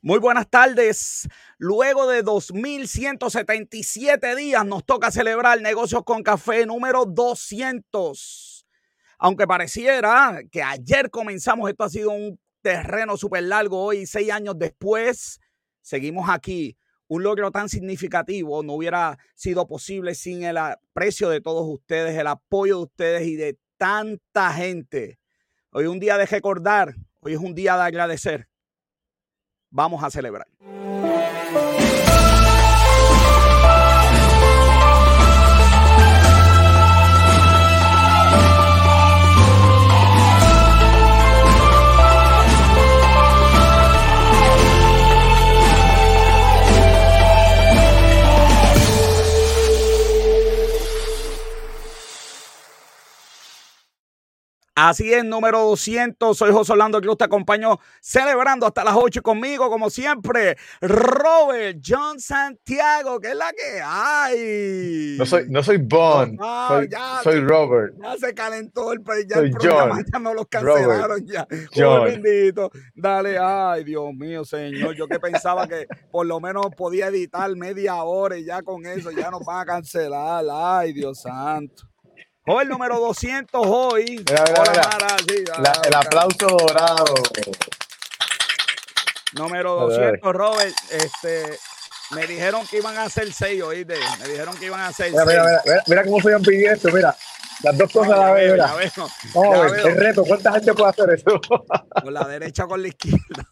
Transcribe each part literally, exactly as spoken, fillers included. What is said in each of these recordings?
Muy buenas tardes. Luego de dos mil ciento setenta y siete días nos toca celebrar Negocios con Café número doscientos. Aunque pareciera que ayer comenzamos, esto ha sido un terreno súper largo. Hoy, seis años después, seguimos aquí. Un logro tan significativo no hubiera sido posible sin el aprecio de todos ustedes, el apoyo de ustedes y de tanta gente. Hoy es un día de recordar, hoy es un día de agradecer. Vamos a celebrar. Así es, número doscientos. Soy José Orlando Cruz, te acompaño celebrando hasta las ocho conmigo, como siempre, Robert John Santiago, que es la que hay. No soy, no soy Bond, no, soy, ya soy se, Robert. Ya se calentó el, ya soy el programa, John, ya no los cancelaron Robert, ya. John. Oh, bendito. Dale, ay, Dios mío, Señor. Yo que pensaba que por lo menos podía editar media hora y ya con eso ya nos van a cancelar. Ay, Dios santo. Joven número doscientos hoy. Mira, mira, Hola, mira. Mara, sí, La, el aplauso dorado. Número doscientos, Robert. Este, me dijeron que iban a hacer seis, ¿oíste? Me dijeron que iban a hacer mira, seis. Mira, mira, mira cómo soy ambidiesto, mira. Las dos cosas no, a la vez, mira. Veo, Vamos a ver, el reto, ¿cuánta gente puede hacer eso? Con la derecha o con la izquierda.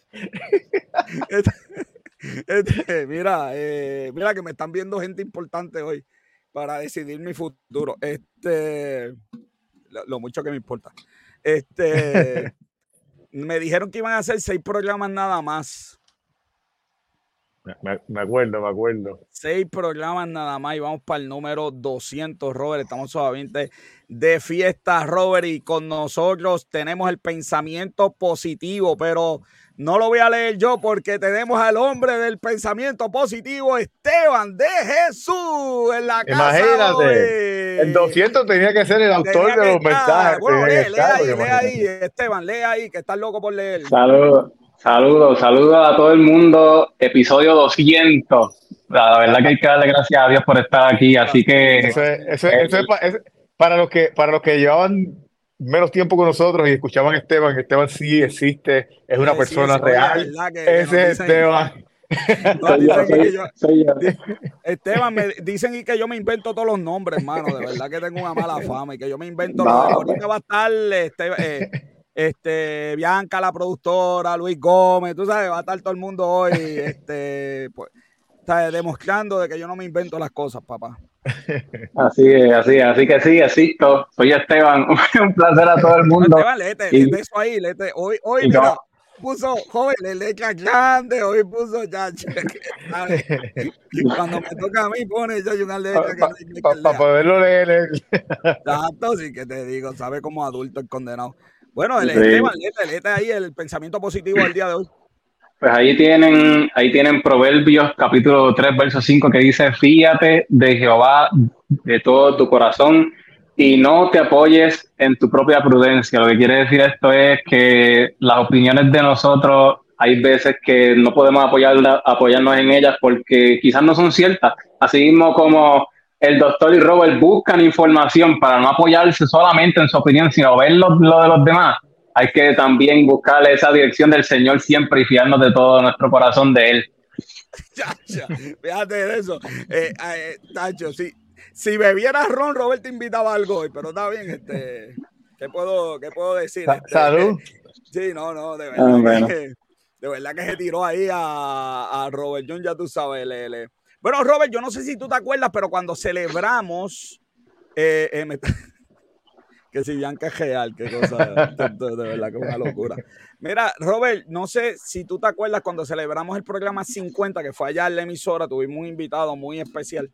este, este, mira, eh, mira que me están viendo gente importante hoy para decidir mi futuro. Este, lo, lo mucho que me importa. Este, me dijeron que iban a hacer seis programas nada más. Me, me acuerdo, me acuerdo. Seis programas nada más y vamos para el número doscientos, Robert. Estamos solamente de fiesta, Robert, y con nosotros tenemos el pensamiento positivo, pero no lo voy a leer yo porque tenemos al hombre del pensamiento positivo, Esteban de Jesús, en la casa. Imagínate, hoy. El doscientos tenía que ser el autor tenía de los mensajes. Bueno, lee, lee estar, ahí, lee ahí, Esteban, lee ahí, que estás loco por leer. Saludos, saludos, saludos a todo el mundo. Episodio doscientos. La verdad que hay que darle gracias a Dios por estar aquí, así que... Eso es, eso es, eso es, pa, es para, los que, para los que llevaban menos tiempo con nosotros y escuchaban a Esteban. Esteban sí existe, es una sí, persona sí, real. Que, que ese es Esteban. Soy yo, soy, yo, soy yo. Esteban, me dicen y que yo me invento todos los nombres, hermano. De verdad que tengo una mala fama y que yo me invento. No, los, ahorita va a estar este, eh, este, Bianca, la productora, Luis Gómez, tú sabes, va a estar todo el mundo hoy este, pues, ¿sabes? Demostrando de que yo no me invento las cosas, papá. Así es, así es, así que sí, existo. Soy Esteban, un placer a todo el mundo. Esteban, léete, y, léete eso ahí, léete. Hoy, hoy, mira, no. puso joven, le letra grande, hoy puso ya, cuando me toca a mí pone ya una letra para pa, pa, pa poderlo leer. Exacto, sí que te digo, sabe como adulto el condenado. Bueno, el sí. Esteban, léete, léete ahí el pensamiento positivo del día de hoy. Pues ahí tienen, ahí tienen Proverbios capítulo tres, verso cinco, que dice: fíate de Jehová de todo tu corazón y no te apoyes en tu propia prudencia. Lo que quiere decir esto es que las opiniones de nosotros hay veces que no podemos apoyar, apoyarnos en ellas porque quizás no son ciertas. Así mismo como el doctor y Robert buscan información para no apoyarse solamente en su opinión, sino ver lo, lo de los demás. Hay que también buscarle esa dirección del Señor siempre y fiarnos de todo nuestro corazón de Él. Chacho, fíjate de eso. Eh, eh, Tacho, si, si bebieras ron, Robert te invitaba algo hoy, pero está bien. Este, ¿qué puedo, qué puedo decir? Este, Salud. Eh, sí, no, no, de verdad, ah, bueno. que, de verdad que se tiró ahí a, a Robert John, ya tú sabes. Le, le. Bueno, Robert, yo no sé si tú te acuerdas, pero cuando celebramos... Eh, eh, me, que si Bianca es real, qué cosa, de, de, de verdad que es una locura. Mira, Robert, no sé si tú te acuerdas cuando celebramos el programa cincuenta, que fue allá en la emisora, tuvimos un invitado muy especial,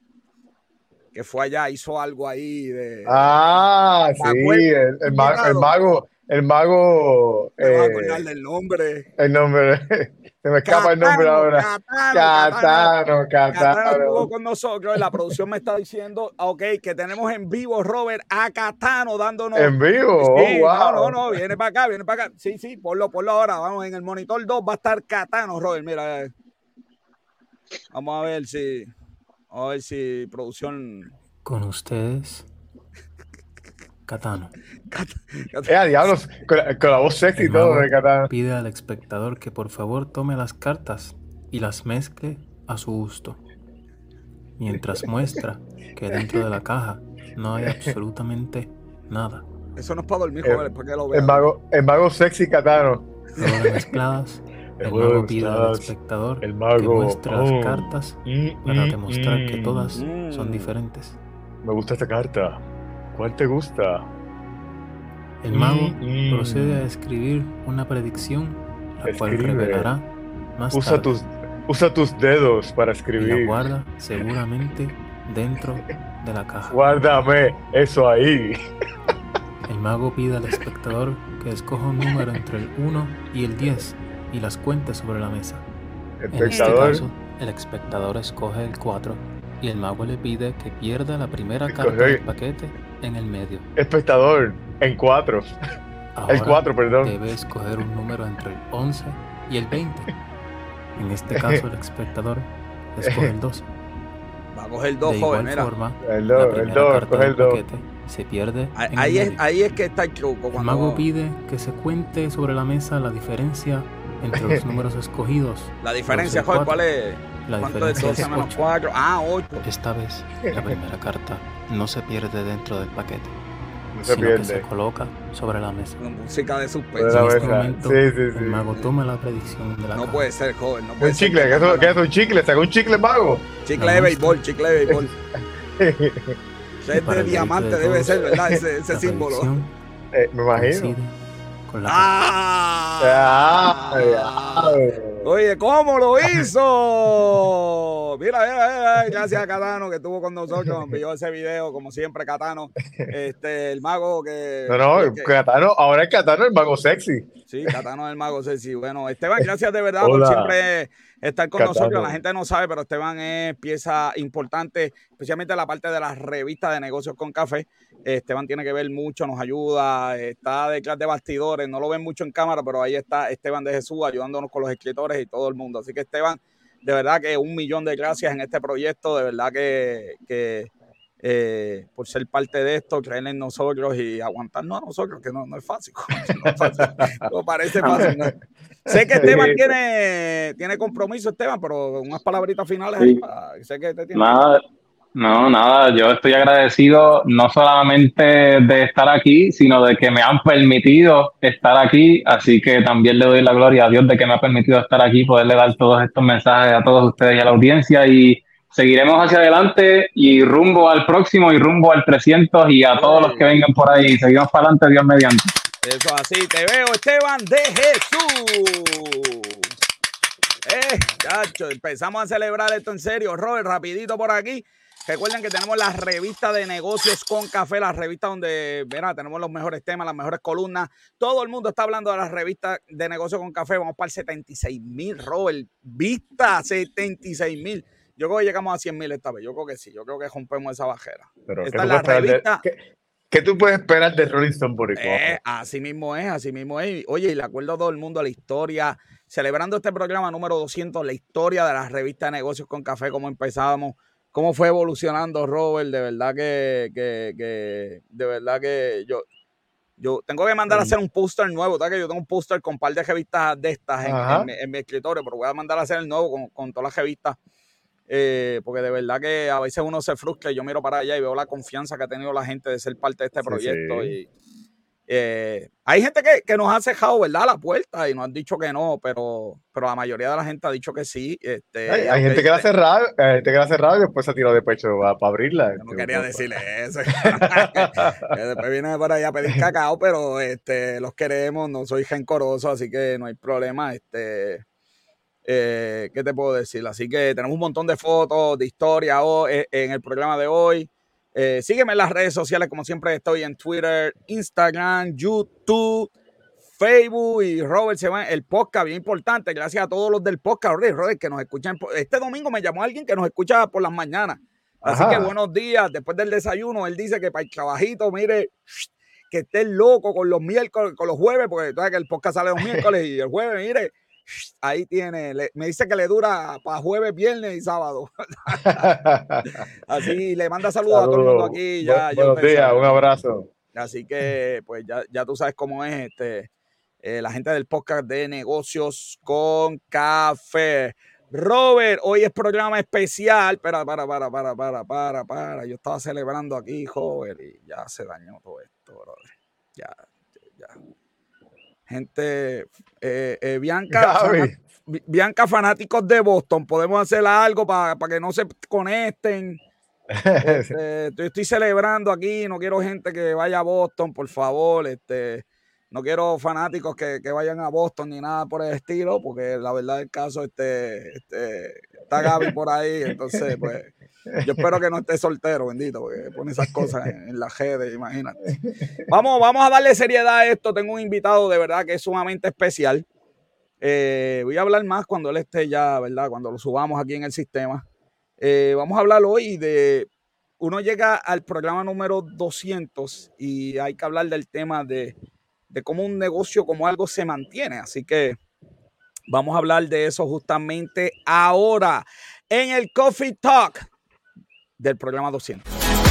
que fue allá, hizo algo ahí de... Ah, sí, el, el, mago, el mago, el mago. Me vas a eh, acordar del nombre. El nombre. Se me escapa Catano, el nombre ahora. Catano, Catano, Catano Catano. estuvo con nosotros. La producción me está diciendo, ok, que tenemos en vivo, Robert, a Catano dándonos. En vivo. Sí, Oh, wow. no, no, no, viene para acá, viene para acá. Sí, sí, ponlo, ponlo ahora. Vamos, en el monitor dos va a estar Catano, Robert. Mira, eh. vamos a ver si, vamos a ver si producción. Con ustedes, Catano. Cat, Cat, Eh, diablos, con, la, con la voz sexy y todo de Catano. Pide al espectador que por favor tome las cartas y las mezcle a su gusto, mientras muestra que dentro de la caja no hay absolutamente nada. Eso no es para dormir, joven, para que lo vean. El mago, el mago sexy Catano. Luego de mezcladas, el, el mago pide al espectador el mago, que muestre oh, las cartas mm, para mm, demostrar mm, que todas mm. son diferentes. Me gusta esta carta. ¿Cuál te gusta? El mago mm, procede a escribir una predicción, la Escribe. cual revelará más usa tarde. Tus, usa tus dedos para escribir. Y la guarda seguramente dentro de la caja. Guárdame eso ahí. El mago pide al espectador que escoja un número entre el uno y el diez y las cuente sobre la mesa. En este caso, el espectador escoge el cuatro y el mago le pide que pierda la primera carta Escoge. del paquete en el medio. Espectador, en cuatro. Ahora el cuatro, perdón. Debe escoger un número entre el once y el veinte. En este caso, el espectador escoge el dos. Va a coger el dos, de joven, igual mira. forma, el dos, la primera el dos, carta coge el del dos. paquete se pierde. Ahí, en ahí, el es, medio. ahí es que está el truco. Cuando... El mago pide que se cuente sobre la mesa la diferencia entre los números escogidos. La diferencia, joven, ¿cuál es? La ¿Cuánto diferencia es es menos ocho. cuatro? Ah, ocho. Esta vez, la primera carta no se pierde dentro del paquete, No se sino pierde. que se coloca sobre la mesa. Con música de Sobre suspenso. la En este mesa. momento, Sí, sí, sí. el mago toma la predicción de la No caja. puede ser, joven. No puede Un ser. chicle, ¿qué es, ¿qué es un chicle? ¿Sacó un chicle mago? Chicle La de muestra. béisbol, chicle de béisbol. Ese es Para de el diamante, deleite de debe todos, ser, ¿verdad? Ese, ese la símbolo. predicción Eh, me imagino. coincide con la ¡Ah! Ah, Oye, ¿cómo lo hizo? Mira, mira, mira, gracias a Catano que estuvo con nosotros, nos envió ese video, como siempre, Catano, este, el mago que... No, no, que, Catano, ahora es Catano el mago sexy. Sí, Catano es el mago sexy. Bueno, Esteban, gracias de verdad Hola. por siempre estar con Catano. nosotros. La gente no sabe, pero Esteban es pieza importante, especialmente la parte de las revistas de negocios con café. Esteban tiene que ver mucho, nos ayuda, está detrás de bastidores, no lo ven mucho en cámara, pero ahí está Esteban de Jesús ayudándonos con los escritores y todo el mundo. Así que Esteban, de verdad que un millón de gracias en este proyecto, de verdad que, que eh, por ser parte de esto, creer en nosotros y aguantarnos a nosotros, que no, no es fácil, no es fácil, no parece fácil. ¿No? Sé que Esteban tiene, tiene compromiso, Esteban, pero unas palabritas finales ahí Sí. para, sé que te tiene. Nada, no, nada, yo estoy agradecido no solamente de estar aquí, sino de que me han permitido estar aquí, así que también le doy la gloria a Dios de que me ha permitido estar aquí, poderle dar todos estos mensajes a todos ustedes y a la audiencia, y seguiremos hacia adelante y rumbo al próximo y rumbo al trescientos y a Sí. todos los que vengan por ahí, seguimos para adelante, Dios mediante. Eso así, te veo, Esteban de Jesús. Eh, chacho, empezamos a celebrar esto en serio. Robert, rapidito por aquí. Recuerden que tenemos las revistas de negocios con café, las revistas donde, verá, tenemos los mejores temas, las mejores columnas. Todo el mundo está hablando de las revistas de negocios con café. Vamos para el setenta y seis mil, Robert. Vista, setenta y seis mil. Yo creo que llegamos a cien mil esta vez. Yo creo que sí. Yo creo que rompemos esa bajera. Pero, Esta ¿qué, es tú la puedes esperar revista. de, ¿qué, ¿Qué tú puedes esperar de Rolling Stone Boricua? Eh, así mismo es, así mismo es. Oye, y le acuerdo a todo el mundo a la historia, celebrando este programa número doscientos, la historia de las revistas de negocios con café, cómo empezábamos, cómo fue evolucionando, Robert. De verdad que, que, que de verdad que yo, yo tengo que mandar a hacer un póster nuevo, ¿sabes? Que yo tengo un póster con un par de revistas de estas en, en, mi, en mi escritorio, pero voy a mandar a hacer el nuevo con, con todas las revistas. Eh, porque de verdad que a veces uno se frustra y yo miro para allá y veo la confianza que ha tenido la gente de ser parte de este Sí, proyecto. sí. Y eh, hay gente que, que nos ha cejado, ¿verdad?, a la puerta y nos han dicho que no, pero, pero la mayoría de la gente ha dicho que sí. Este, Hay, hay gente que la ha cerrado, hay gente que la ha cerrado y después se ha tirado de pecho para pa abrirla. Yo no quería decirle eso. que, que después viene para allá a pedir cacao, pero este, los queremos, no soy rencoroso, así que no hay problema. Este, eh, ¿qué te puedo decir? Así que tenemos un montón de fotos, de historia hoy, en el programa de hoy. Eh, sígueme en las redes sociales, como siempre estoy en Twitter, Instagram, YouTube, Facebook y Robert se va el podcast, bien importante. Gracias a todos los del podcast, Robert, que nos escuchan. Este domingo me llamó alguien que nos escucha por las mañanas. Así Ajá. que buenos días. Después del desayuno, él dice que para el trabajito, mire, que esté loco con los miércoles, con los jueves, porque tú sabes que el podcast sale los miércoles y el jueves, mire, ahí tiene, le, me dice que le dura para jueves, viernes y sábado. Así le manda saludos Saludo. a todo el mundo aquí. Ya, Bu buenos días, un abrazo. Así que, pues ya, ya tú sabes cómo es este, eh, la gente del podcast de Negocios con Café. Robert, hoy es programa especial. Para, para, para, para, para, para, para. Yo estaba celebrando aquí, joven, y ya se dañó todo esto, brother. Ya, ya. Gente, eh, eh, Bianca, fanat, Bianca, fanáticos de Boston, podemos hacer algo para pa que no se conecten. Este, estoy, estoy celebrando aquí, no quiero gente que vaya a Boston, por favor. Este, no quiero fanáticos que, que vayan a Boston ni nada por el estilo, porque la verdad del caso, este, este, está Gaby por ahí, entonces, pues, yo espero que no esté soltero, bendito, porque pone esas cosas en, en la redes, imagínate. Vamos, vamos a darle seriedad a esto. Tengo un invitado de verdad que es sumamente especial. Eh, voy a hablar más cuando él esté ya, ¿verdad? Cuando lo subamos aquí en el sistema. Eh, vamos a hablar hoy de, uno llega al programa número doscientos y hay que hablar del tema de, de cómo un negocio, como algo se mantiene. Así que vamos a hablar de eso justamente ahora en el Coffee Talk del programa doscientos.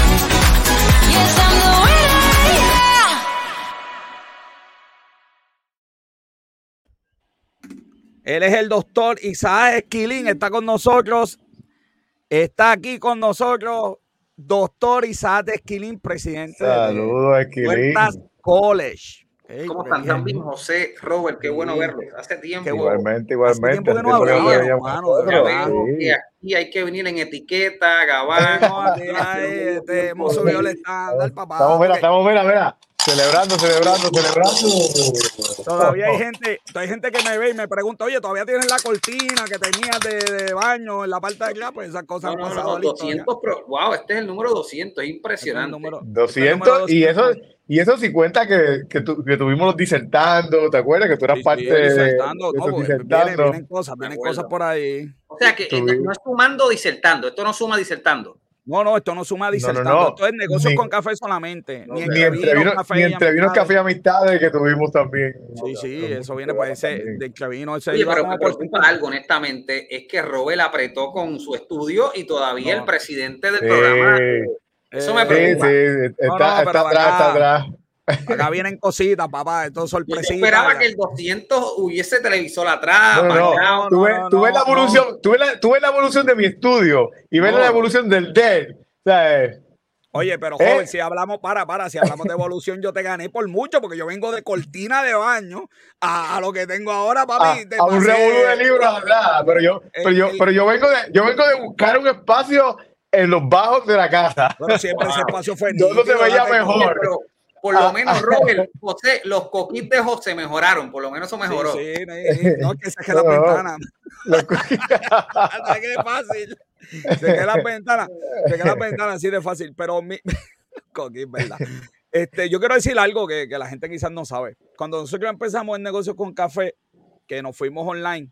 Él es el doctor Isaac Esquilín, está con nosotros, está aquí con nosotros, doctor Isaac Esquilín, presidente Saludos, de Puertas College. Hey, ¿Cómo están? También José, Robert, qué bueno verlos. Hace tiempo. Igualmente, igualmente. Hace tiempo que no hablamos, hermano. Sí. Aquí hay que venir en etiqueta, Gabán. Este, hemos subido el estándar, papá. Estamos, mira, estamos, mira, mira. Celebrando, celebrando, celebrando. Todavía hay gente, hay gente que me ve y me pregunta, oye, ¿todavía tienes la cortina que tenías de, de baño en la parte de allá? Pues esas cosas no, han pasado. No, no, doscientos, pero, wow, este es el número doscientos, es impresionante. Número, doscientos, este y eso, y eso sí cuenta que, que, tu, que tuvimos los disertando, ¿te acuerdas? Que tú eras sí, parte sí, de, disertando, de no, pues, disertando. Vienen, vienen cosas, vienen cosas por ahí. O sea que no, no es sumando disertando, esto no suma disertando. No, no, esto no suma disertando, no, no, no. Esto es negocios ni, con café solamente. No, ni entre vinos, café, ni entre vinos, café y amistades que tuvimos también. Sí, sí, eso viene para ese, de que vino ese. Oye, pero me preocupa algo, honestamente, es que Robert apretó con su estudio y todavía no. el presidente del eh, programa. Eso me preocupa. Sí, sí, está, no, no, está atrás, está atrás. Acá vienen cositas, papá, esto es sorpresitas. Yo esperaba que el doscientos hubiese televisor atrás. No, no, no. Tú ves no, no, la evolución, no. tú, ves la, tú ves la evolución de mi estudio y ves no. la evolución del D E L. ¿Sabes? Oye, pero joven, ¿Eh? si hablamos, para, para, si hablamos de evolución, yo te gané por mucho, porque yo vengo de cortina de baño a, a lo que tengo ahora, papi. A, a un revolú de libros atrás, pero yo, el, pero yo, el, pero yo vengo de, yo vengo de buscar un espacio en los bajos de la casa. Pero siempre wow. ese espacio fue nítido. Todo se veía mejor. Pero, por lo menos, Robert, José, los coquis de José mejoraron, por lo menos eso mejoró. Sí, sí, no, que se queda la ventana. Hasta que es fácil. Se queda la ventana, se queda la ventana así de fácil, pero mi coquis, verdad. Este, yo quiero decir algo que, que la gente quizás no sabe. Cuando nosotros empezamos el negocio con café, que nos fuimos online,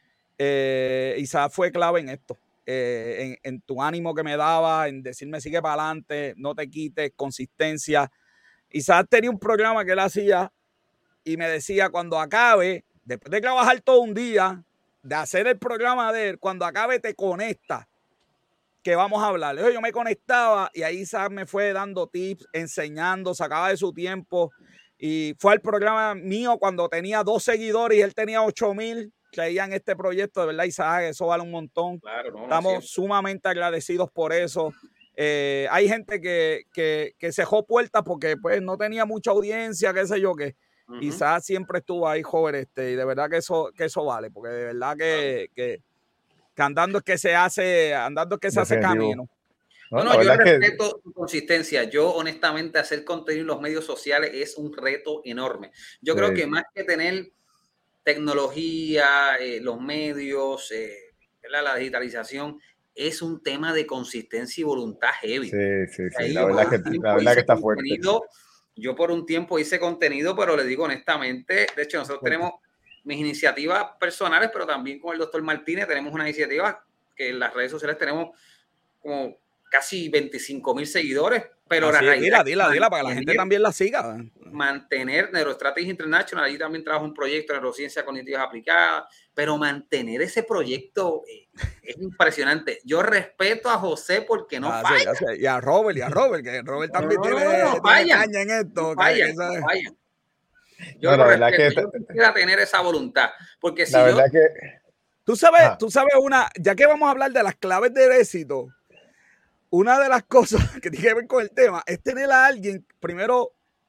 eh, Isaac fue clave en esto. Eh, en, en tu ánimo que me daba, en decirme sigue para adelante, no te quites, consistencia. Isaac tenía un programa que él hacía y me decía, cuando acabe, después de trabajar todo un día, de hacer el programa de él, cuando acabe te conecta, que vamos a hablar. Yo me conectaba y ahí Isaac me fue dando tips, enseñando, sacaba de su tiempo y fue al programa mío cuando tenía dos seguidores y él tenía ocho mil. Creían en este proyecto, de verdad, Isaac, eso vale un montón. Claro, no, Estamos no sumamente agradecidos por eso. Eh, hay gente que, que, que cerró puertas porque pues no tenía mucha audiencia, qué sé yo qué. Uh-huh. Isaac siempre estuvo ahí, joven, este, y de verdad que eso, que eso vale, porque de verdad que, que, que andando es que se hace, andando es que se hace camino. No, no, yo respeto tu consistencia. Yo, honestamente, hacer contenido en los medios sociales es un reto enorme. Yo sí. creo que más que tener tecnología, eh, los medios, eh, la digitalización, es un tema de consistencia y voluntad heavy. Sí, sí, sí. La verdad, que, la verdad que está fuerte. Yo por un tiempo hice contenido, pero le digo honestamente, de hecho nosotros tenemos mis iniciativas personales, pero también con el doctor Martínez tenemos una iniciativa que en las redes sociales tenemos como casi veinticinco mil seguidores, pero Así la es, dila, dila, dila, para que la gente también la siga. Mantener Neurostrategy International, allí también trabajo un proyecto de neurociencia cognitiva aplicada, pero mantener ese proyecto eh, es impresionante. Yo respeto a José porque no ah, falla. Sí, y a Robert, y a Robert, que Robert también no, tiene, no, no, tiene caña en esto. No fallan, que, no fallan. Yo no, lo la respeto, que yo quisiera tener esa voluntad, porque si la yo... verdad que... Tú sabes, ah. tú sabes una, ya que vamos a hablar de las claves del éxito, una de las cosas que tiene que ver con el tema es tener a alguien, primero,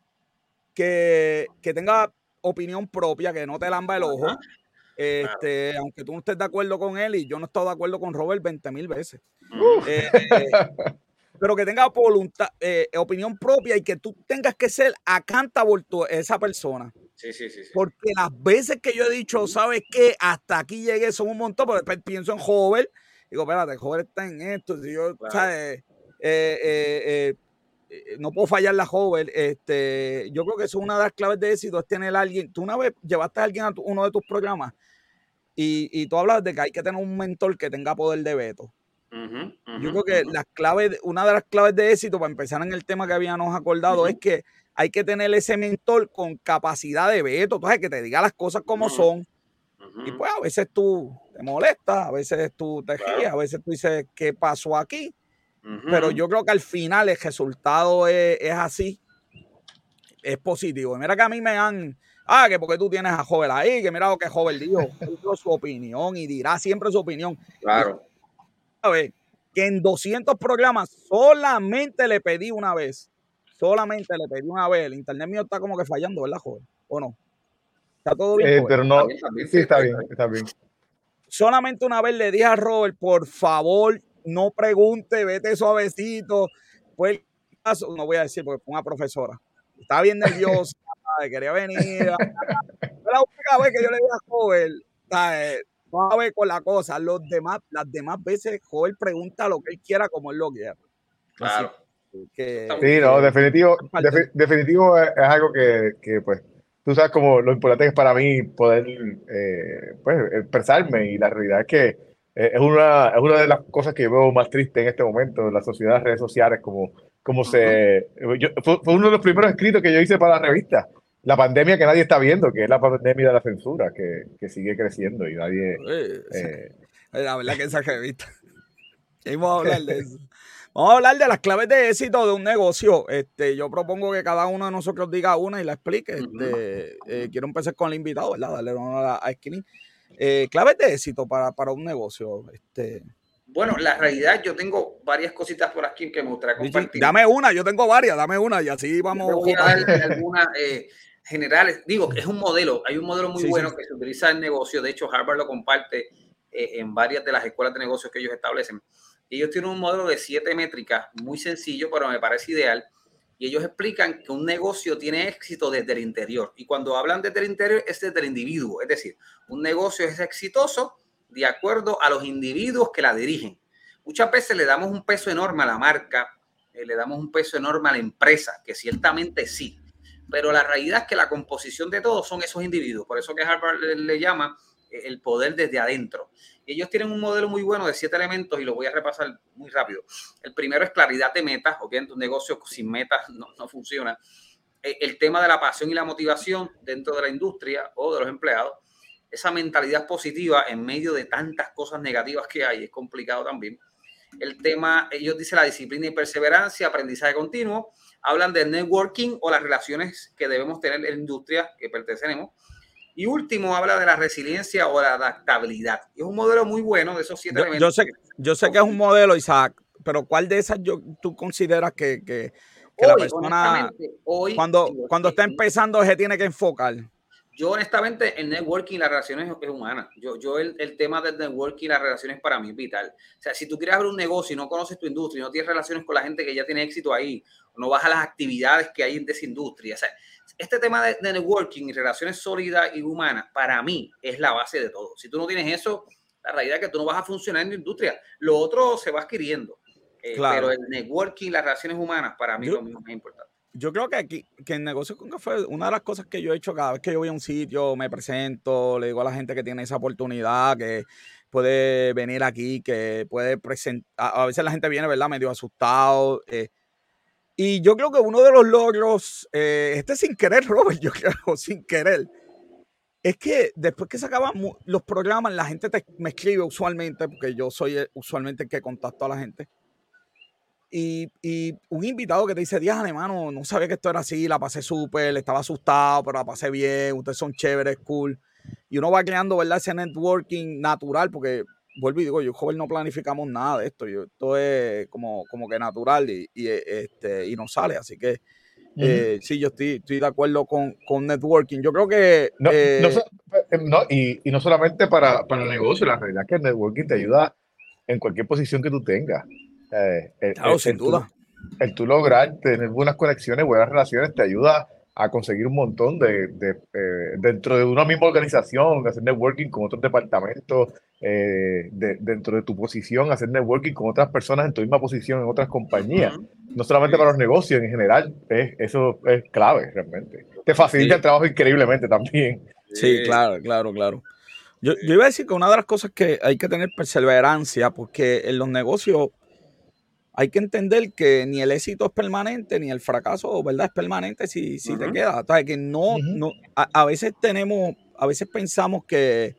que, que tenga opinión propia, que no te lamba el ojo. Ajá. Este, claro. Aunque tú no estés de acuerdo con él, y yo no he estado de acuerdo con Robert veinte mil veces. Eh, eh, pero que tenga voluntad, eh, opinión propia y que tú tengas que ser accountable por esa persona. Sí, sí, sí, sí. Porque las veces que yo he dicho, ¿sabes qué? Hasta aquí llegué, son un montón, pero después pienso en Robert. Digo, espérate, Robert está en esto. Si yo, claro. ¿sabes? Eh, eh, eh, no puedo fallar la Robert. Este, yo creo que eso es una de las claves de éxito, es tener a alguien. Tú una vez llevaste a alguien a tu, uno de tus programas y, y tú hablas de que hay que tener un mentor que tenga poder de veto. Uh-huh, uh-huh, yo creo que uh-huh. las claves, una de las claves de éxito, para empezar en el tema que habíamos acordado, uh-huh. es que hay que tener ese mentor con capacidad de veto, entonces que te diga las cosas como uh-huh. son. Uh-huh. Y pues a veces tú te molestas, a veces tú te ríes, claro. a veces tú dices, ¿qué pasó aquí? Uh-huh. Pero yo creo que al final el resultado es, es así, es positivo. Y mira que a mí me han, ah, que porque tú tienes a Jovel ahí, que mira lo que Jovel dijo, dijo su opinión y dirá siempre su opinión. Claro. Y, ver, que en doscientos programas solamente le pedí una vez, solamente le pedí una vez, el internet mío está como que fallando, ¿verdad, Jovel? ¿O no? ¿Está todo bien, eh, Jovel? Pero no, está bien, sí, está bien, está bien. Solamente una vez le dije a Robert, por favor, no pregunte, vete suavecito. Pues no voy a decir porque fue una profesora. Estaba bien nerviosa, quería venir. Fue la única vez que yo le dije a Jover, vamos a ver con la cosa. Los demás, las demás veces, Jover pregunta lo que él quiera como él lo quiera. Claro. Así que, sí, no, que, definitivo, defi, definitivo es, es algo que, que, pues, tú sabes como lo importante es para mí poder, eh, pues, expresarme, y la realidad es que eh, es, una, es una de las cosas que veo más triste en este momento, en la sociedad, las redes sociales, como, como uh-huh. se... Yo, fue, fue uno de los primeros escritos que yo hice para la revista. La pandemia que nadie está viendo, que es la pandemia de la censura, que, que sigue creciendo y nadie... Eh, la verdad que esa revista... Vamos a hablar de eso. Vamos a hablar de las claves de éxito de un negocio. Este, yo propongo que cada uno de nosotros diga una y la explique. Este, eh, quiero empezar con el invitado, ¿verdad? Darle honor a, a Esquilín. Eh, claves de éxito para, para un negocio. Este... Bueno, la realidad, yo tengo varias cositas por aquí que me gustaría compartir. Dame una, yo tengo varias, dame una y así vamos. Yo voy a dar algunas eh, generales. Digo, es un modelo, hay un modelo muy sí, bueno sí. que se utiliza en negocio. De hecho, Harvard lo comparte eh, en varias de las escuelas de negocios que ellos establecen. Ellos tienen un modelo de siete métricas, muy sencillo, pero me parece ideal. Y ellos explican que un negocio tiene éxito desde el interior. Y cuando hablan desde el interior, es desde el individuo. Es decir, un negocio es exitoso de acuerdo a los individuos que la dirigen. Muchas veces le damos un peso enorme a la marca, eh, le damos un peso enorme a la empresa, que ciertamente sí. Pero la realidad es que la composición de todos son esos individuos. Por eso que Harvard le, le llama el poder desde adentro. Ellos tienen un modelo muy bueno de siete elementos y lo voy a repasar muy rápido. El primero es claridad de metas, ¿ok? En tu negocio sin metas no, no funciona. El tema de la pasión y la motivación dentro de la industria o de los empleados. Esa mentalidad positiva en medio de tantas cosas negativas que hay es complicado también. El tema, ellos dicen la disciplina y perseverancia, aprendizaje continuo. Hablan del networking o las relaciones que debemos tener en la industria que pertenecemos. Y último, habla de la resiliencia o la adaptabilidad. Es un modelo muy bueno de esos siete yo, elementos. Yo sé, yo sé que es un modelo, Isaac, pero ¿cuál de esas yo, tú consideras que, que, que hoy, la persona, hoy, cuando, digo, cuando está empezando, se tiene que enfocar? Yo, honestamente, el networking y las relaciones es humana. Yo, yo el, el tema del networking y las relaciones para mí es vital. O sea, si tú quieres abrir un negocio y no conoces tu industria y no tienes relaciones con la gente que ya tiene éxito ahí, o no vas a las actividades que hay en esa industria, o sea, este tema de, de networking y relaciones sólidas y humanas, para mí, es la base de todo. Si tú no tienes eso, la realidad es que tú no vas a funcionar en la industria. Lo otro se va adquiriendo. Eh, claro. Pero el networking, las relaciones humanas, para mí yo, lo mismo es importante. Yo creo que aquí, que en Negocios con Café, una de las cosas que yo he hecho cada vez que yo voy a un sitio, me presento, le digo a la gente que tiene esa oportunidad, que puede venir aquí, que puede presentar. A, a veces la gente viene, ¿verdad?, medio asustado. Eh, y yo creo que uno de los logros, eh, este sin querer, Robert, yo creo, sin querer, es que después que se acaban los programas, la gente te, me escribe usualmente, porque yo soy el, usualmente el que contacto a la gente. Y, y un invitado que te dice, Diana, hermano, no sabía que esto era así, la pasé súper, estaba asustado, pero la pasé bien, ustedes son chéveres, cool. Y uno va creando, ¿verdad?, ese networking natural, porque vuelvo y digo, yo joven no planificamos nada de esto, yo, esto es como, como que natural y, y, este, y nos sale, así que uh-huh. eh, sí, yo estoy, estoy de acuerdo con, con networking. Yo creo que... No, eh, no, no, y, y no solamente para, para el negocio, la realidad es que el networking te ayuda en cualquier posición que tú tengas. Eh, el, claro, el, sin el duda. Tú, el tú lograr tener buenas conexiones, buenas relaciones, te ayuda a conseguir un montón de, de eh, dentro de una misma organización, hacer networking con otros departamentos, eh, de, dentro de tu posición, hacer networking con otras personas en tu misma posición en otras compañías. Uh-huh. No solamente sí. para los negocios, en general, es, eso es clave realmente. Te facilita sí. el trabajo increíblemente también. Sí, claro, claro, claro. Yo, yo iba a decir que una de las cosas que hay que tener perseverancia, porque en los negocios hay que entender que ni el éxito es permanente, ni el fracaso, ¿verdad?, es permanente si, si uh-huh. te queda. O sea, que no, uh-huh. no a, a veces tenemos, a veces pensamos que,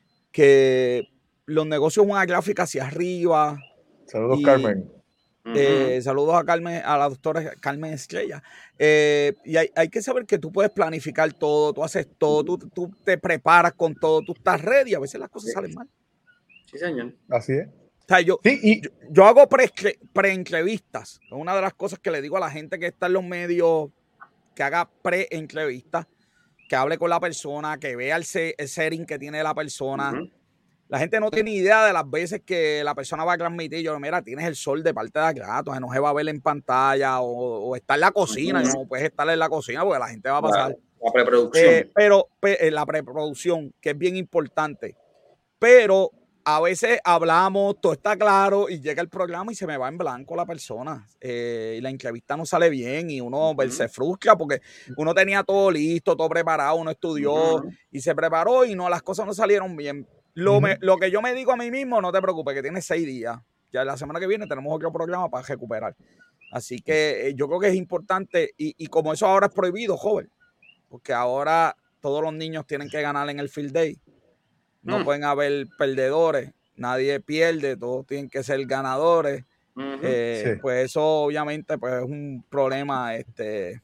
que los negocios son una gráfica hacia arriba. Saludos, y, Carmen. Eh, uh-huh. Saludos a Carmen, a la doctora Carmen Estrella. Eh, y hay, hay que saber que tú puedes planificar todo, tú haces todo, tú, tú te preparas con todo, tú estás ready. A veces las cosas sí. salen mal. Sí, señor. Así es. O sea, yo, sí, y... yo, yo hago pre-entrevistas. Pre una de las cosas que le digo a la gente que está en los medios, que haga pre-entrevistas, que hable con la persona, que vea el, se el setting que tiene la persona. Uh-huh. La gente no tiene idea de las veces que la persona va a transmitir. Yo, mira, tienes el sol de parte de acá, entonces no se va a ver en pantalla o, o está en la cocina. Uh-huh. No puedes estar en la cocina porque la gente va a pasar. La, la preproducción. Eh, pero pe la preproducción, que es bien importante. Pero a veces hablamos, todo está claro y llega el programa y se me va en blanco la persona. Eh, y la entrevista no sale bien y uno uh-huh. se frustra porque uno tenía todo listo, todo preparado, uno estudió uh-huh. y se preparó y no, las cosas no salieron bien. Lo, uh-huh. me, lo que yo me digo a mí mismo, no te preocupes, que tienes seis días. Ya la semana que viene tenemos otro programa para recuperar. Así que eh, yo creo que es importante y, y como eso ahora es prohibido, joven, porque ahora todos los niños tienen que ganar en el field day. No mm. pueden haber perdedores, nadie pierde, todos tienen que ser ganadores. Uh-huh. eh, sí. Pues eso obviamente pues, es un problema. Este,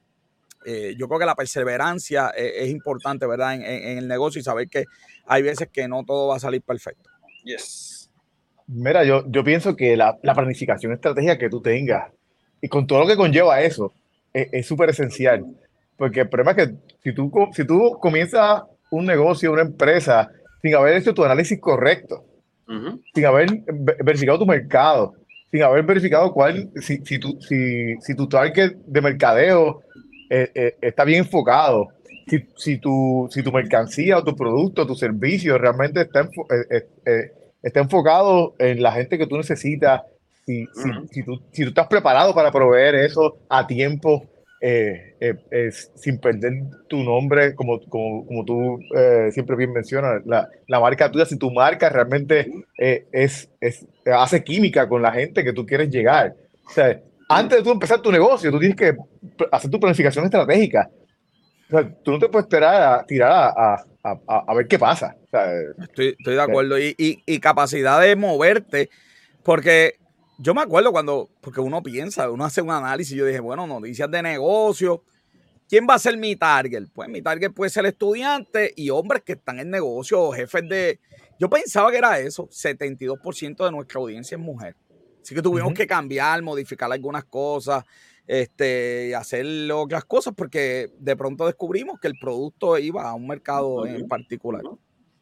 eh, yo creo que la perseverancia es, es importante, ¿verdad? En, en, en el negocio y saber que hay veces que no todo va a salir perfecto. Yes. Mira, yo, yo pienso que la, la planificación estratégica que tú tengas y con todo lo que conlleva eso es súper esencial. Porque el problema es que si tú, si tú comienzas un negocio, una empresa, sin haber hecho tu análisis correcto, uh-huh. sin haber verificado tu mercado, sin haber verificado cuál, si, si, tu, si, si tu target de mercadeo eh, eh, está bien enfocado, si, si, tu, si tu mercancía o tu producto, tu servicio realmente está, enfo eh, eh, está enfocado en la gente que tú necesitas, si, uh-huh. si, si, tú, si tú estás preparado para proveer eso a tiempo, Eh, eh, eh, sin perder tu nombre, como, como, como tú eh, siempre bien mencionas, la, la marca tuya, si tu marca realmente eh, es, es, hace química con la gente que tú quieres llegar. O sea, antes de tú empezar tu negocio, tú tienes que hacer tu planificación estratégica. O sea, tú no te puedes esperar a tirar a, a, a, a ver qué pasa. O sea, estoy, estoy de acuerdo. Y, y, y capacidad de moverte, porque yo me acuerdo cuando, porque uno piensa, uno hace un análisis, yo dije, bueno, noticias de negocio, ¿quién va a ser mi target? Pues mi target puede ser estudiantes y hombres que están en negocio, jefes de... Yo pensaba que era eso, setenta y dos por ciento de nuestra audiencia es mujer. Así que tuvimos uh-huh. que cambiar, modificar algunas cosas, este, hacer otras cosas, porque de pronto descubrimos que el producto iba a un mercado uh-huh. en particular.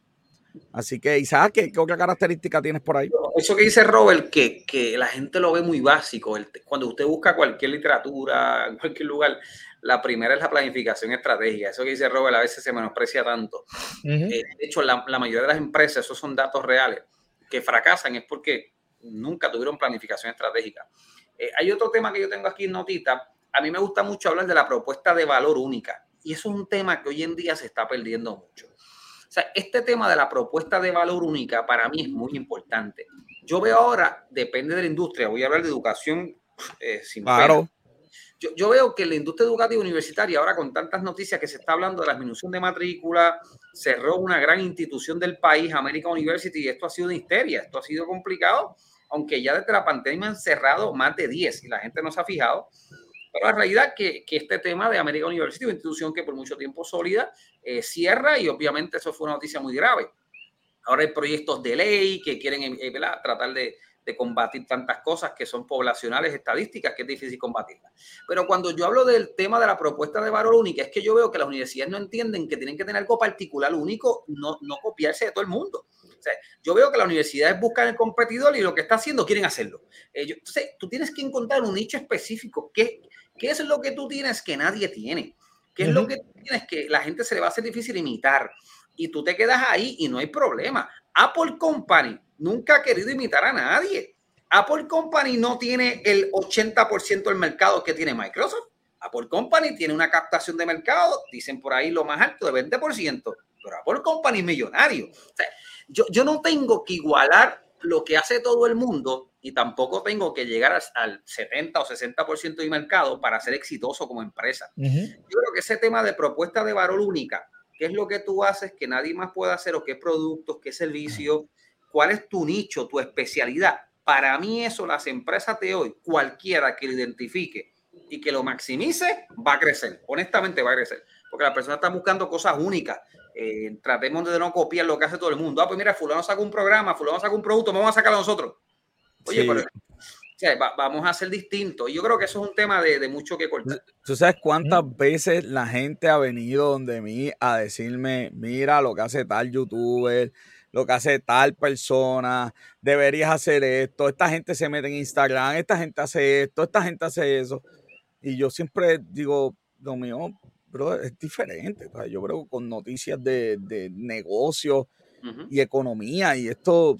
Así que, ¿y sabes qué, qué otra característica tienes por ahí? Eso que dice Robert, que, que la gente lo ve muy básico. El, cuando usted busca cualquier literatura, en cualquier lugar, la primera es la planificación estratégica. Eso que dice Robert a veces se menosprecia tanto. Uh-huh. eh, de hecho, la, la mayoría de las empresas, esos son datos reales, que fracasan es porque nunca tuvieron planificación estratégica. Eh, hay otro tema que yo tengo aquí en notita. A mí me gusta mucho hablar de la propuesta de valor única. Y eso es un tema que hoy en día se está perdiendo mucho. O sea, este tema de la propuesta de valor única para mí es muy importante. Yo veo ahora, depende de la industria, voy a hablar de educación eh, sin claro. Yo, yo veo que la industria educativa universitaria, ahora con tantas noticias que se está hablando de la disminución de matrícula, cerró una gran institución del país, American University, y esto ha sido una histeria, esto ha sido complicado, aunque ya desde la pandemia han cerrado más de diez y la gente no se ha fijado. Pero la realidad es que, que este tema de American University, una institución que por mucho tiempo sólida, eh, cierra y obviamente eso fue una noticia muy grave. Ahora hay proyectos de ley que quieren eh, tratar de, de combatir tantas cosas que son poblacionales, estadísticas, que es difícil combatirlas. Pero cuando yo hablo del tema de la propuesta de valor única, es que yo veo que las universidades no entienden que tienen que tener algo particular único, no, no copiarse de todo el mundo. O sea, yo veo que las universidades buscan el competidor y lo que está haciendo quieren hacerlo. Eh, yo, entonces, tú tienes que encontrar un nicho específico. ¿Qué, qué es lo que tú tienes que nadie tiene? ¿Qué es uh-huh. lo que tú tienes que la gente se le va a hacer difícil imitar? Y tú te quedas ahí y no hay problema. Apple Company nunca ha querido imitar a nadie. Apple Company no tiene el ochenta por ciento del mercado que tiene Microsoft. Apple Company tiene una captación de mercado, dicen por ahí lo más alto, de veinte por ciento. Pero Apple Company es millonario. O sea, yo, yo no tengo que igualar lo que hace todo el mundo y tampoco tengo que llegar al, al setenta o sesenta por ciento del mercado para ser exitoso como empresa. Uh-huh. Yo creo que ese tema de propuesta de valor única, ¿qué es lo que tú haces que nadie más puede hacer o qué productos, qué servicios, cuál es tu nicho, tu especialidad? Para mí eso, las empresas de hoy, cualquiera que lo identifique y que lo maximice, va a crecer. Honestamente va a crecer. Porque las personas están buscando cosas únicas. Eh, tratemos de no copiar lo que hace todo el mundo. Ah, pues mira, fulano saca un programa, fulano saca un producto, vamos a sacarlo nosotros. Oye, sí. pero... O sea, va, vamos a ser distintos. Y yo creo que eso es un tema de, de mucho que cortar. ¿Tú sabes cuántas ¿Mm? veces la gente ha venido donde mí a decirme, mira lo que hace tal youtuber, lo que hace tal persona, deberías hacer esto, esta gente se mete en Instagram, esta gente hace esto, esta gente hace eso? Y yo siempre digo, lo mío, bro, es diferente. O sea, yo creo con noticias de, de negocios uh-huh. y economía y esto...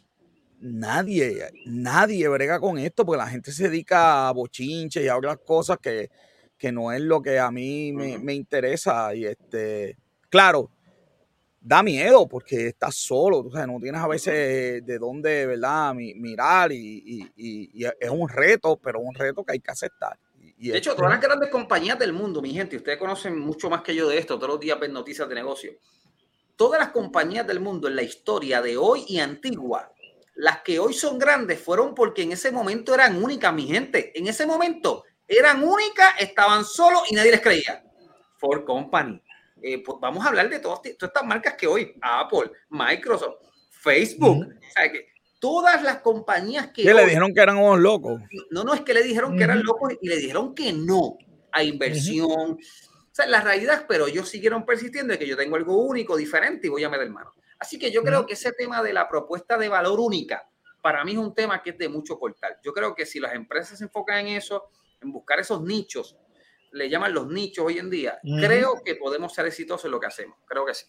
Nadie, nadie brega con esto porque la gente se dedica a bochinches y a otras cosas que, que no es lo que a mí me, me interesa. Y este, claro, da miedo porque estás solo, o sea, no tienes a veces de dónde, ¿verdad?, mirar y, y, y, y es un reto, pero un reto que hay que aceptar. Y, y de hecho, este, todas las grandes compañías del mundo, mi gente, ustedes conocen mucho más que yo de esto, todos los días ven noticias de negocio. Todas las compañías del mundo en la historia de hoy y antigua, las que hoy son grandes fueron porque en ese momento eran únicas, mi gente. En ese momento eran únicas, estaban solos y nadie les creía. Ford Company. Eh, pues vamos a hablar de todas, todas estas marcas que hoy, Apple, Microsoft, Facebook. Mm-hmm. O sea, que todas las compañías que ¿Qué hoy, le dijeron que eran unos locos? No, no, es que le dijeron mm-hmm. que eran locos y le dijeron que no a inversión. Mm-hmm. O sea, la realidad, pero ellos siguieron persistiendo de que yo tengo algo único, diferente y voy a meter mano. Así que yo creo que ese tema de la propuesta de valor única, para mí es un tema que es de mucho cortar. Yo creo que si las empresas se enfocan en eso, en buscar esos nichos, le llaman los nichos hoy en día, uh-huh. creo que podemos ser exitosos en lo que hacemos. Creo que sí.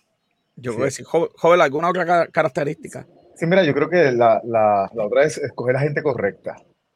Yo creo que sí. Joven, ¿alguna otra característica? Sí, mira, yo creo que la, la, la otra es escoger a la gente correcta.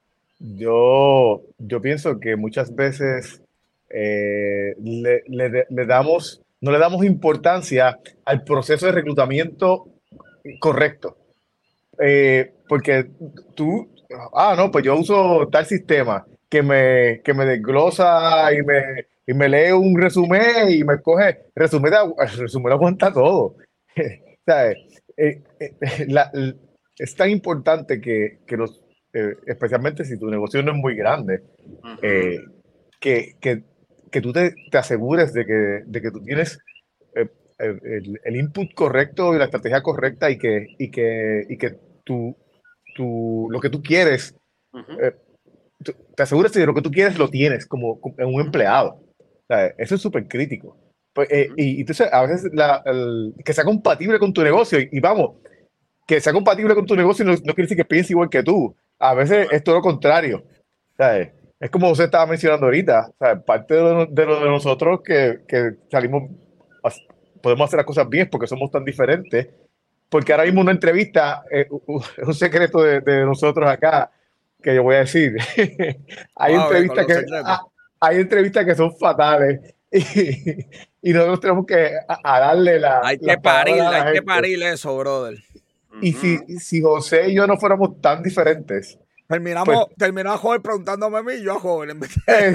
Yo, yo pienso que muchas veces eh, le, le, le damos... no le damos importancia al proceso de reclutamiento correcto. Eh, porque tú, ah, no, pues yo uso tal sistema que me, que me desglosa y me, y me lee un resumen y me escoge, resumen, el resumen lo aguanta todo. ¿Sabes? Eh, eh, la, la, es tan importante que, que los, eh, especialmente si tu negocio no es muy grande, uh-huh. eh, que, que que tú te, te asegures de que, de que tú tienes eh, el, el input correcto y la estrategia correcta y que, y que, y que tú, tú, lo que tú quieres, uh-huh. eh, te asegures de que lo que tú quieres lo tienes como, como un empleado. O sea, eso es súper crítico. Pues, eh, y, y entonces, a veces la, el, que sea compatible con tu negocio, y, y vamos, que sea compatible con tu negocio no, no quiere decir que piense igual que tú. A veces es todo lo contrario. ¿Sabes? Es como usted estaba mencionando ahorita. ¿Sabes? Parte de lo de, lo de nosotros que, que salimos, podemos hacer las cosas bien porque somos tan diferentes. Porque ahora mismo una entrevista es eh, un secreto de, de nosotros acá que yo voy a decir. hay, wow, entrevistas que, ah, hay entrevistas que son fatales. Y, y nosotros tenemos que a, a darle la. Hay la que parir, a la hay gente. que parir eso, brother. Y si, si José y yo no fuéramos tan diferentes. Terminamos, pues, terminamos a Joven preguntándome a mí y yo a Joven. En vez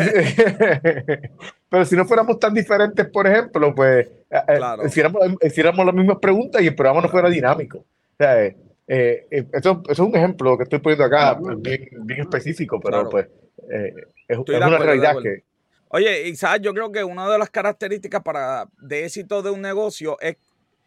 de... Pero si no fuéramos tan diferentes, por ejemplo, pues claro. eh, hiciéramos, hiciéramos las mismas preguntas y el programa no fuera dinámico. O sea, eh, eh, eso, eso es un ejemplo que estoy poniendo acá, bien, bien específico, pero claro. pues eh, es, es una acuerdo, realidad que... Oye, y sabes, yo creo que una de las características para, de éxito de un negocio es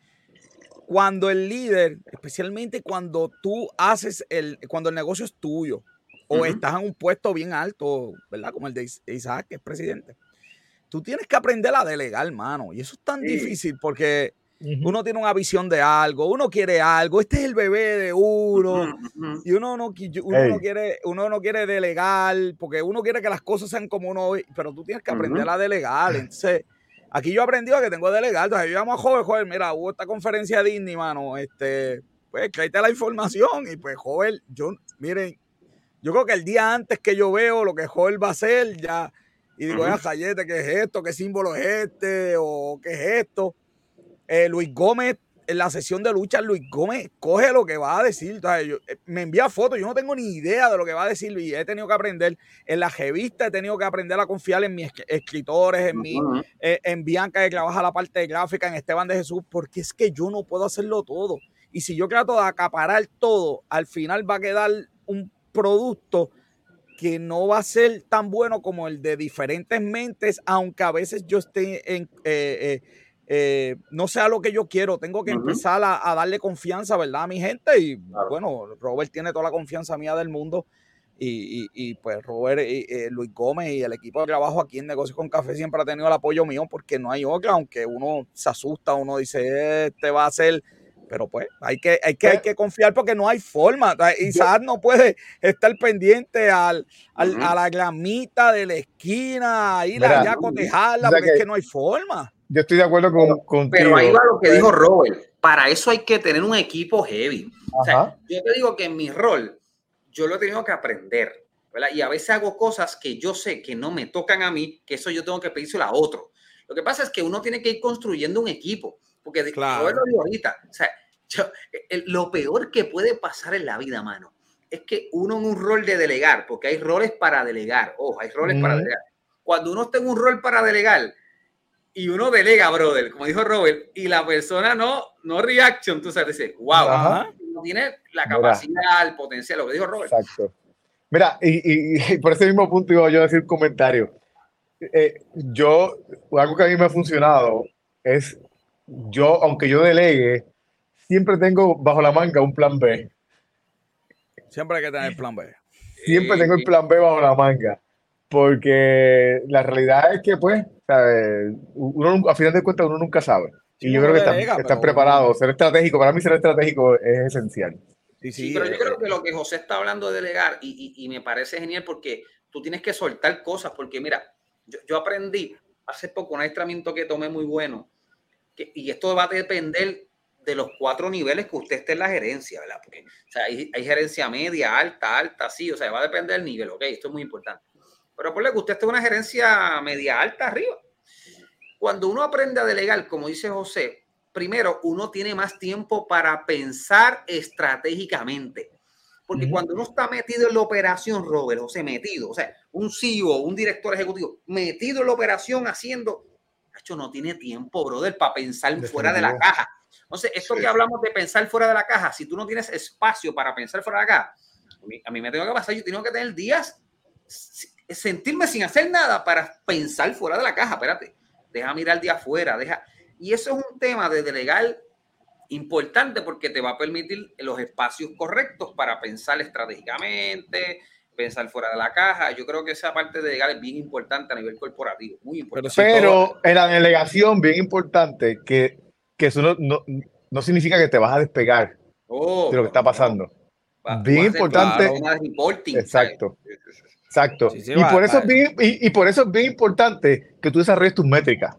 cuando el líder, especialmente cuando tú haces el, cuando el negocio es tuyo o uh-huh. estás en un puesto bien alto, ¿verdad? Como el de Isaac, que es presidente. Tú tienes que aprender a delegar, hermano. Y eso es tan sí. difícil porque uh-huh. uno tiene una visión de algo, uno quiere algo, este es el bebé de uno uh-huh. y uno no, uno, hey. no quiere, uno no quiere delegar porque uno quiere que las cosas sean como uno, pero tú tienes que aprender uh-huh. a delegar. Entonces, aquí yo aprendí a que tengo que delegar. Entonces, yo llamo a Joven, Joven, mira, hubo esta conferencia de Disney, mano, este, pues, tráete la información. Y pues, Joven, yo, miren, yo creo que el día antes que yo veo lo que Joven va a hacer, ya, y digo, ya, uh-huh. Jayete, ¿qué es esto? ¿Qué símbolo es este? ¿O qué es esto? Eh, Luis Gómez, en la sesión de lucha, Luis Gómez coge lo que va a decir. Entonces, yo, me envía fotos, yo no tengo ni idea de lo que va a decir y he tenido que aprender. En la revista he tenido que aprender a confiar en mis escritores, en, mi, uh-huh. eh, en Bianca que trabaja la parte de gráfica, en Esteban de Jesús, porque es que yo no puedo hacerlo todo. Y si yo trato de acaparar todo, al final va a quedar un producto que no va a ser tan bueno como el de diferentes mentes, aunque a veces yo esté en... Eh, eh, Eh, no sea lo que yo quiero, tengo que uh-huh. empezar a, a darle confianza, ¿verdad? A mi gente y claro. bueno, Robert tiene toda la confianza mía del mundo y, y, y pues Robert, y, eh, Luis Gómez y el equipo de trabajo aquí en Negocios con Café siempre ha tenido el apoyo mío porque no hay otra, aunque uno se asusta, uno dice, este va a ser, pero pues hay que, hay que, hay que confiar porque no hay forma. Isaac no puede estar pendiente al, al, uh-huh. a la gramita de la esquina, ir Mira, allá a cotejarla, porque que... es que no hay forma. Yo estoy de acuerdo con contigo. Pero ahí va lo que dijo Robert. Para eso hay que tener un equipo heavy. O sea, yo te digo que en mi rol, yo lo he tenido que aprender, ¿verdad? Y a veces hago cosas que yo sé que no me tocan a mí, que eso yo tengo que pedírselo a otro. Lo que pasa es que uno tiene que ir construyendo un equipo. Porque claro. Robert lo dijo ahorita. O sea, yo, el, lo peor que puede pasar en la vida, mano, es que uno en un rol de delegar, porque hay roles para delegar. Ojo, hay roles mm. para delegar. Cuando uno está en un rol para delegar, y uno delega, brother, como dijo Robert, y la persona no, no reaction, tú sabes, dice, wow, Ajá. no tiene la capacidad, Mira. el potencial, lo que dijo Robert. Exacto. Mira, y, y, y por ese mismo punto iba yo a decir un comentario. Eh, yo, algo que a mí me ha funcionado es, yo, aunque yo delegue, siempre tengo bajo la manga un plan B. Siempre hay que tener el plan B. Siempre tengo el plan B bajo la manga. Porque la realidad es que, pues, ¿sabes? Uno, a final de cuentas, uno nunca sabe. Sí, y yo creo que están, delega, están preparados. Uno... Ser estratégico, para mí ser estratégico es esencial. Sí, sí, sí pero eh, yo creo que lo que José está hablando de delegar, y, y, y me parece genial porque tú tienes que soltar cosas, porque mira, yo, yo aprendí hace poco un adiestramiento que tomé muy bueno, que, y esto va a depender de los cuatro niveles que usted esté en la gerencia, ¿verdad? Porque o sea, hay, hay gerencia media, alta, alta, sí, o sea, va a depender del nivel, ¿ok? Esto es muy importante. Pero por lo que usted esté en una gerencia media alta arriba. Cuando uno aprende a delegar, como dice José, primero uno tiene más tiempo para pensar estratégicamente. Porque uh-huh. cuando uno está metido en la operación, Robert, José, metido, o sea, un C E O, un director ejecutivo, metido en la operación haciendo, hecho, no tiene tiempo, brother, para pensar Definitivo. fuera de la caja. Entonces, esto sí. que hablamos de pensar fuera de la caja, si tú no tienes espacio para pensar fuera de la caja, a mí, a mí me tengo que pasar, yo tengo que tener días sentirme sin hacer nada para pensar fuera de la caja. Espérate, deja mirar de afuera, deja. Y eso es un tema de delegar importante porque te va a permitir los espacios correctos para pensar estratégicamente, pensar fuera de la caja. Yo creo que esa parte de legal es bien importante a nivel corporativo, muy importante. Pero, pero en la delegación, bien importante, que, que eso no, no, no significa que te vas a despegar oh, de lo que está pasando. No. Bien importante. Claro. Reporting, exacto. ¿sabes? Exacto. Sí, sí, y, va, por eso es bien, y, y por eso es bien importante que tú desarrolles tus métricas.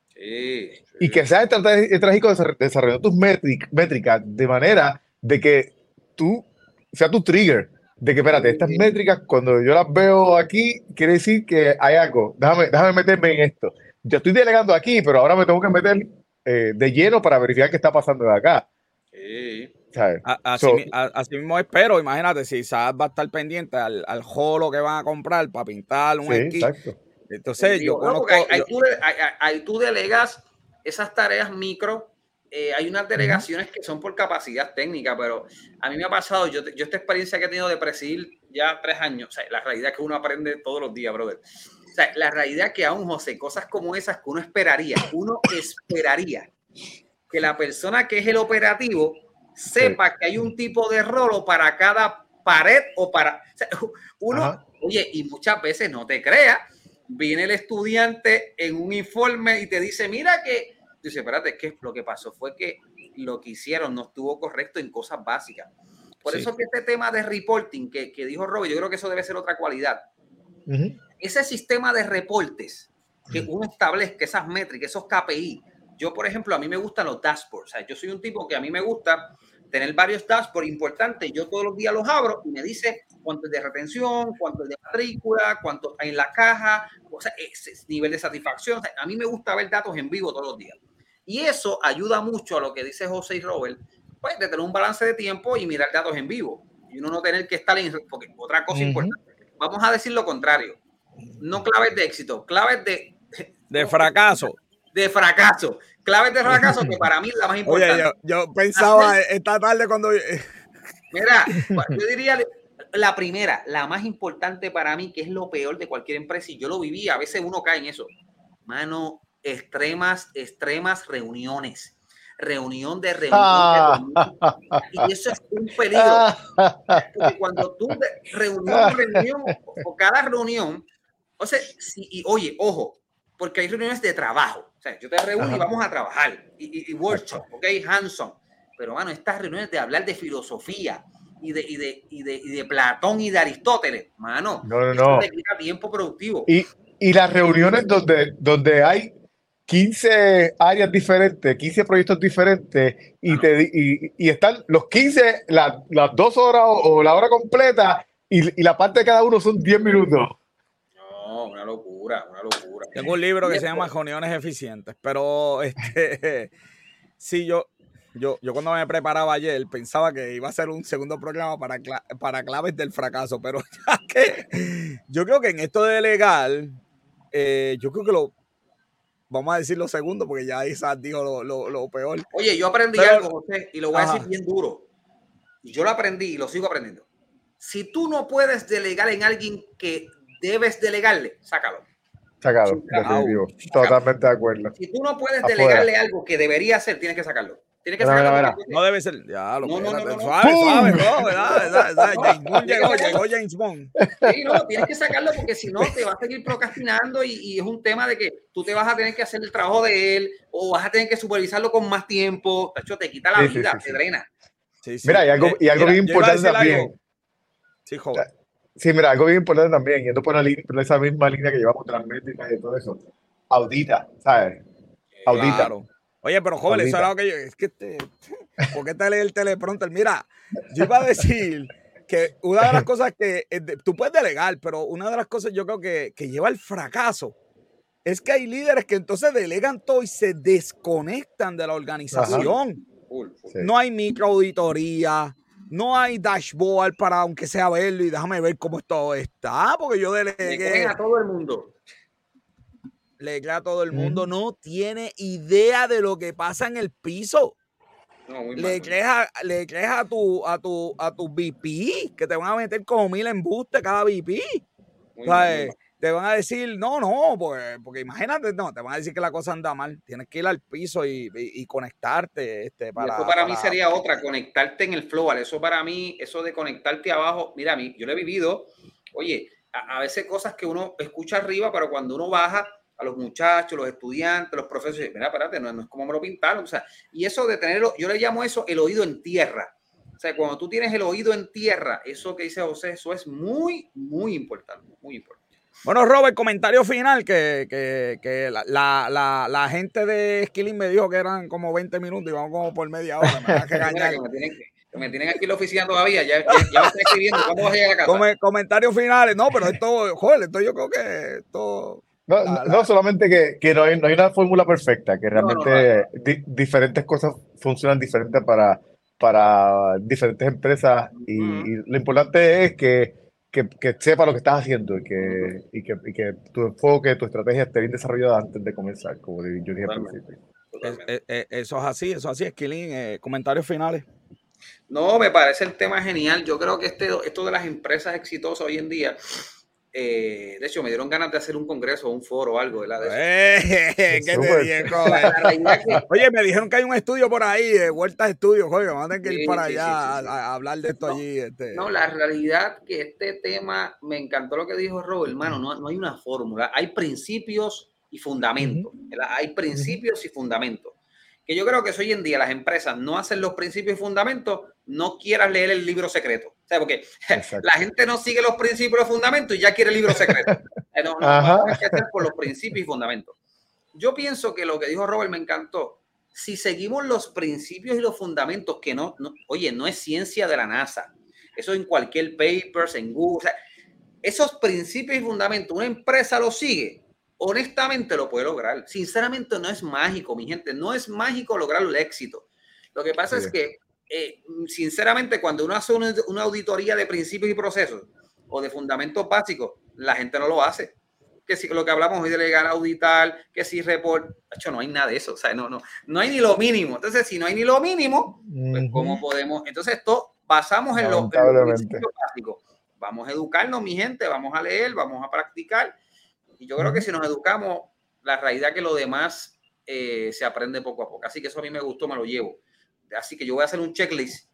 Sí, sí. Y que seas estratégico desarrollando tus métricas de manera de que tú sea tu trigger. De que, espérate, estas métricas, cuando yo las veo aquí, quiere decir que hay algo. Déjame, déjame meterme en esto. Yo estoy delegando aquí, pero ahora me tengo que meter eh, de lleno para verificar qué está pasando de acá. Sí. A, así, so, a, así mismo espero, imagínate, si Saad va a estar pendiente al, al holo que van a comprar para pintar un sí, esquí. Exacto. Entonces, sí, yo no, conozco... Ahí, ahí, yo, tú, ahí, ahí tú delegas esas tareas micro. Eh, hay unas delegaciones uh-huh. que son por capacidad técnica, pero a mí me ha pasado, yo, yo esta experiencia que he tenido de presidir ya tres años, o sea, la realidad es que uno aprende todos los días, brother. O sea, la realidad es que aún, José, cosas como esas que uno esperaría, uno esperaría que la persona que es el operativo sepa sí. que hay un tipo de rolo para cada pared o para... O sea, uno, uh-huh. oye, y muchas veces no te creas, viene el estudiante en un informe y te dice, mira que... Dice, espérate, es que lo que pasó fue que lo que hicieron no estuvo correcto en cosas básicas. Por sí. eso que este tema de reporting que, que dijo Robert, yo creo que eso debe ser otra cualidad. Uh-huh. Ese sistema de reportes que uh-huh. uno establezca, esas métricas, esos K P I. Yo, por ejemplo, a mí me gustan los dashboards. O sea, yo soy un tipo que a mí me gusta tener varios dashboards importantes. Yo todos los días los abro y me dice cuánto es de retención, cuánto es de matrícula, cuánto hay en la caja, o sea, ese nivel de satisfacción. O sea, a mí me gusta ver datos en vivo todos los días. Y eso ayuda mucho a lo que dice José y Robert, pues de tener un balance de tiempo y mirar datos en vivo. Y uno no tener que estar en... Porque otra cosa uh-huh. importante, vamos a decir lo contrario. No claves de éxito, claves de... De fracaso. De fracaso. Claves de fracaso que para mí es la más importante. Oye, yo, yo pensaba Hacer, esta tarde cuando... Mira, yo diría la primera, la más importante para mí, que es lo peor de cualquier empresa, y yo lo viví, a veces uno cae en eso. Mano, extremas, extremas reuniones. Reunión de reunión. Ah. De reunión. Y eso es un peligro. Porque cuando tú, de reunión, reunión, o cada reunión, o sea, si, y oye, ojo, porque hay reuniones de trabajo. O sea, yo te reúno Ajá. y vamos a trabajar. Y, y, y workshop, ok, hands-on. Pero, mano, estas reuniones de hablar de filosofía y de, y de, y de, y de Platón y de Aristóteles, mano, no, no, eso no. te quita tiempo productivo. Y, y las reuniones donde, donde hay quince áreas diferentes, quince proyectos diferentes y, ah, te, y, y están los quince, la, las dos horas o, o la hora completa y, y la parte de cada uno son diez minutos. No, una locura, una locura. Tengo un libro que se llama Reuniones Eficientes, pero este, sí, yo, yo, yo cuando me preparaba ayer pensaba que iba a ser un segundo programa para, para claves del fracaso, pero ya que yo creo que en esto de legal, eh, yo creo que lo vamos a decir lo segundo, porque ya Isaac dijo lo, lo, lo peor. Oye, yo aprendí Pero, algo, José, y lo voy ajá. a decir bien duro. Y yo lo aprendí y lo sigo aprendiendo. Si tú no puedes delegar en alguien que debes delegarle, sácalo. Sácalo, definitivo. Totalmente de acuerdo. Si tú no puedes Afuera. delegarle algo que debería hacer, tienes que sacarlo. Tienes que mira, sacarlo. mira, mira. No debe ser. Ya, lo no, no, no, no, suave, no. suave, no, ¿verdad? James Bond llegó, llegó James Bond. Sí, no, tienes que sacarlo porque si no te vas a seguir procrastinando y, y es un tema de que tú te vas a tener que hacer el trabajo de él o vas a tener que supervisarlo con más tiempo. De hecho, te quita la sí, vida, sí, sí, te sí. drena. Sí, sí. Mira, y algo, y algo mira, bien importante también. Algo. Sí, joven. Sí, mira, algo bien importante también, yendo por, la línea, por esa misma línea que llevamos tras métricas y todo eso. Audita, ¿sabes? Audita. Claro. Oye, pero joven, eso era lo que yo. Es que te. ¿Por qué te lee el teleprompter? Mira, yo iba a decir que una de las cosas que tú puedes delegar, pero una de las cosas yo creo que, que lleva al fracaso es que hay líderes que entonces delegan todo y se desconectan de la organización. Sí. No hay microauditoría, no hay dashboard para aunque sea verlo y déjame ver cómo esto está, porque yo delegué a todo el mundo. Le a todo el mundo, mm. no tiene idea de lo que pasa en el piso. No, le, crees a, le crees a tu a tu a tu V P que te van a meter como mil embustes cada V P. O sea, eh, te van a decir, no, no, porque, porque imagínate, no, te van a decir que la cosa anda mal. Tienes que ir al piso y, y, y conectarte. Este, para, y eso para, para mí sería para, otra, conectarte en el flow. Eso para mí, eso de conectarte abajo, mira, a mí, yo lo he vivido. oye, a, a veces cosas que uno escucha arriba, pero cuando uno baja a los muchachos, los estudiantes, los profesores, mira, espérate, no, no es como me lo pintaron, o sea, y eso de tenerlo, yo le llamo eso el oído en tierra. O sea, cuando tú tienes el oído en tierra, eso que dice José, eso es muy, muy importante, muy importante. Bueno, Robert, comentario final, que, que, que la, la, la, la gente de Skilling me dijo que eran como veinte minutos y vamos como por media hora. Me da que engañar. que, me tienen, que me tienen aquí en la oficina todavía, ya, ya, ya me estoy escribiendo, ¿cuándo vas a llegar a casa? Come, comentarios finales, no, pero esto, joder, esto yo creo que esto... No, la, no, la... solamente que, que no, hay, no hay una fórmula perfecta, que realmente no, no, no. Di, diferentes cosas funcionan diferentes para, para diferentes empresas y, uh-huh. y lo importante es que, que, que sepa lo que estás haciendo y que, uh-huh. y, que, y que tu enfoque, tu estrategia esté bien desarrollada antes de comenzar, como yo dije al principio. Es, es, eso es así, eso es así, Skilling. Eh, comentarios finales. No, me parece el tema genial. Yo creo que este, esto de las empresas exitosas hoy en día... Eh, de hecho, me dieron ganas de hacer un congreso, un foro o algo, ¿verdad? Eh, ¿Qué te digo? La, la que... Oye, me dijeron que hay un estudio por ahí, eh, Huertas Estudios, oye, vamos a tener que ir sí, para sí, allá sí, sí, sí. A, a hablar de esto no, allí. Este. No, la realidad que este tema, me encantó lo que dijo Robert, hermano, no, no hay una fórmula, hay principios y fundamentos, ¿verdad? Hay principios y fundamentos. Que yo creo que si hoy en día las empresas no hacen los principios y fundamentos, no quieras leer el libro secreto. O sea, porque exacto. La gente no sigue los principios y fundamentos y ya quiere el libro secreto. No, no, hay que hacer por los principios y fundamentos. Yo pienso que lo que dijo Robert me encantó. Si seguimos los principios y los fundamentos, que no, no oye, no es ciencia de la NASA. Eso en cualquier papers, en Google. O sea, esos principios y fundamentos, una empresa los sigue, honestamente lo puede lograr. Sinceramente no es mágico, mi gente. No es mágico lograr el éxito. Lo que pasa sí. es que Eh, sinceramente, cuando uno hace una, una auditoría de principios y procesos o de fundamentos básicos, la gente no lo hace. Que si lo que hablamos hoy de legal auditar, que si report, hecho, no hay nada de eso. O sea, no, no, no hay ni lo mínimo. Entonces, si no hay ni lo mínimo, pues ¿cómo podemos? Entonces, esto basamos en, lo, en los principios básicos. Vamos a educarnos, mi gente, vamos a leer, vamos a practicar. Y yo creo que si nos educamos, la realidad es que lo demás eh, se aprende poco a poco. Así que eso a mí me gustó, me lo llevo. Así que yo voy a hacer un checklist.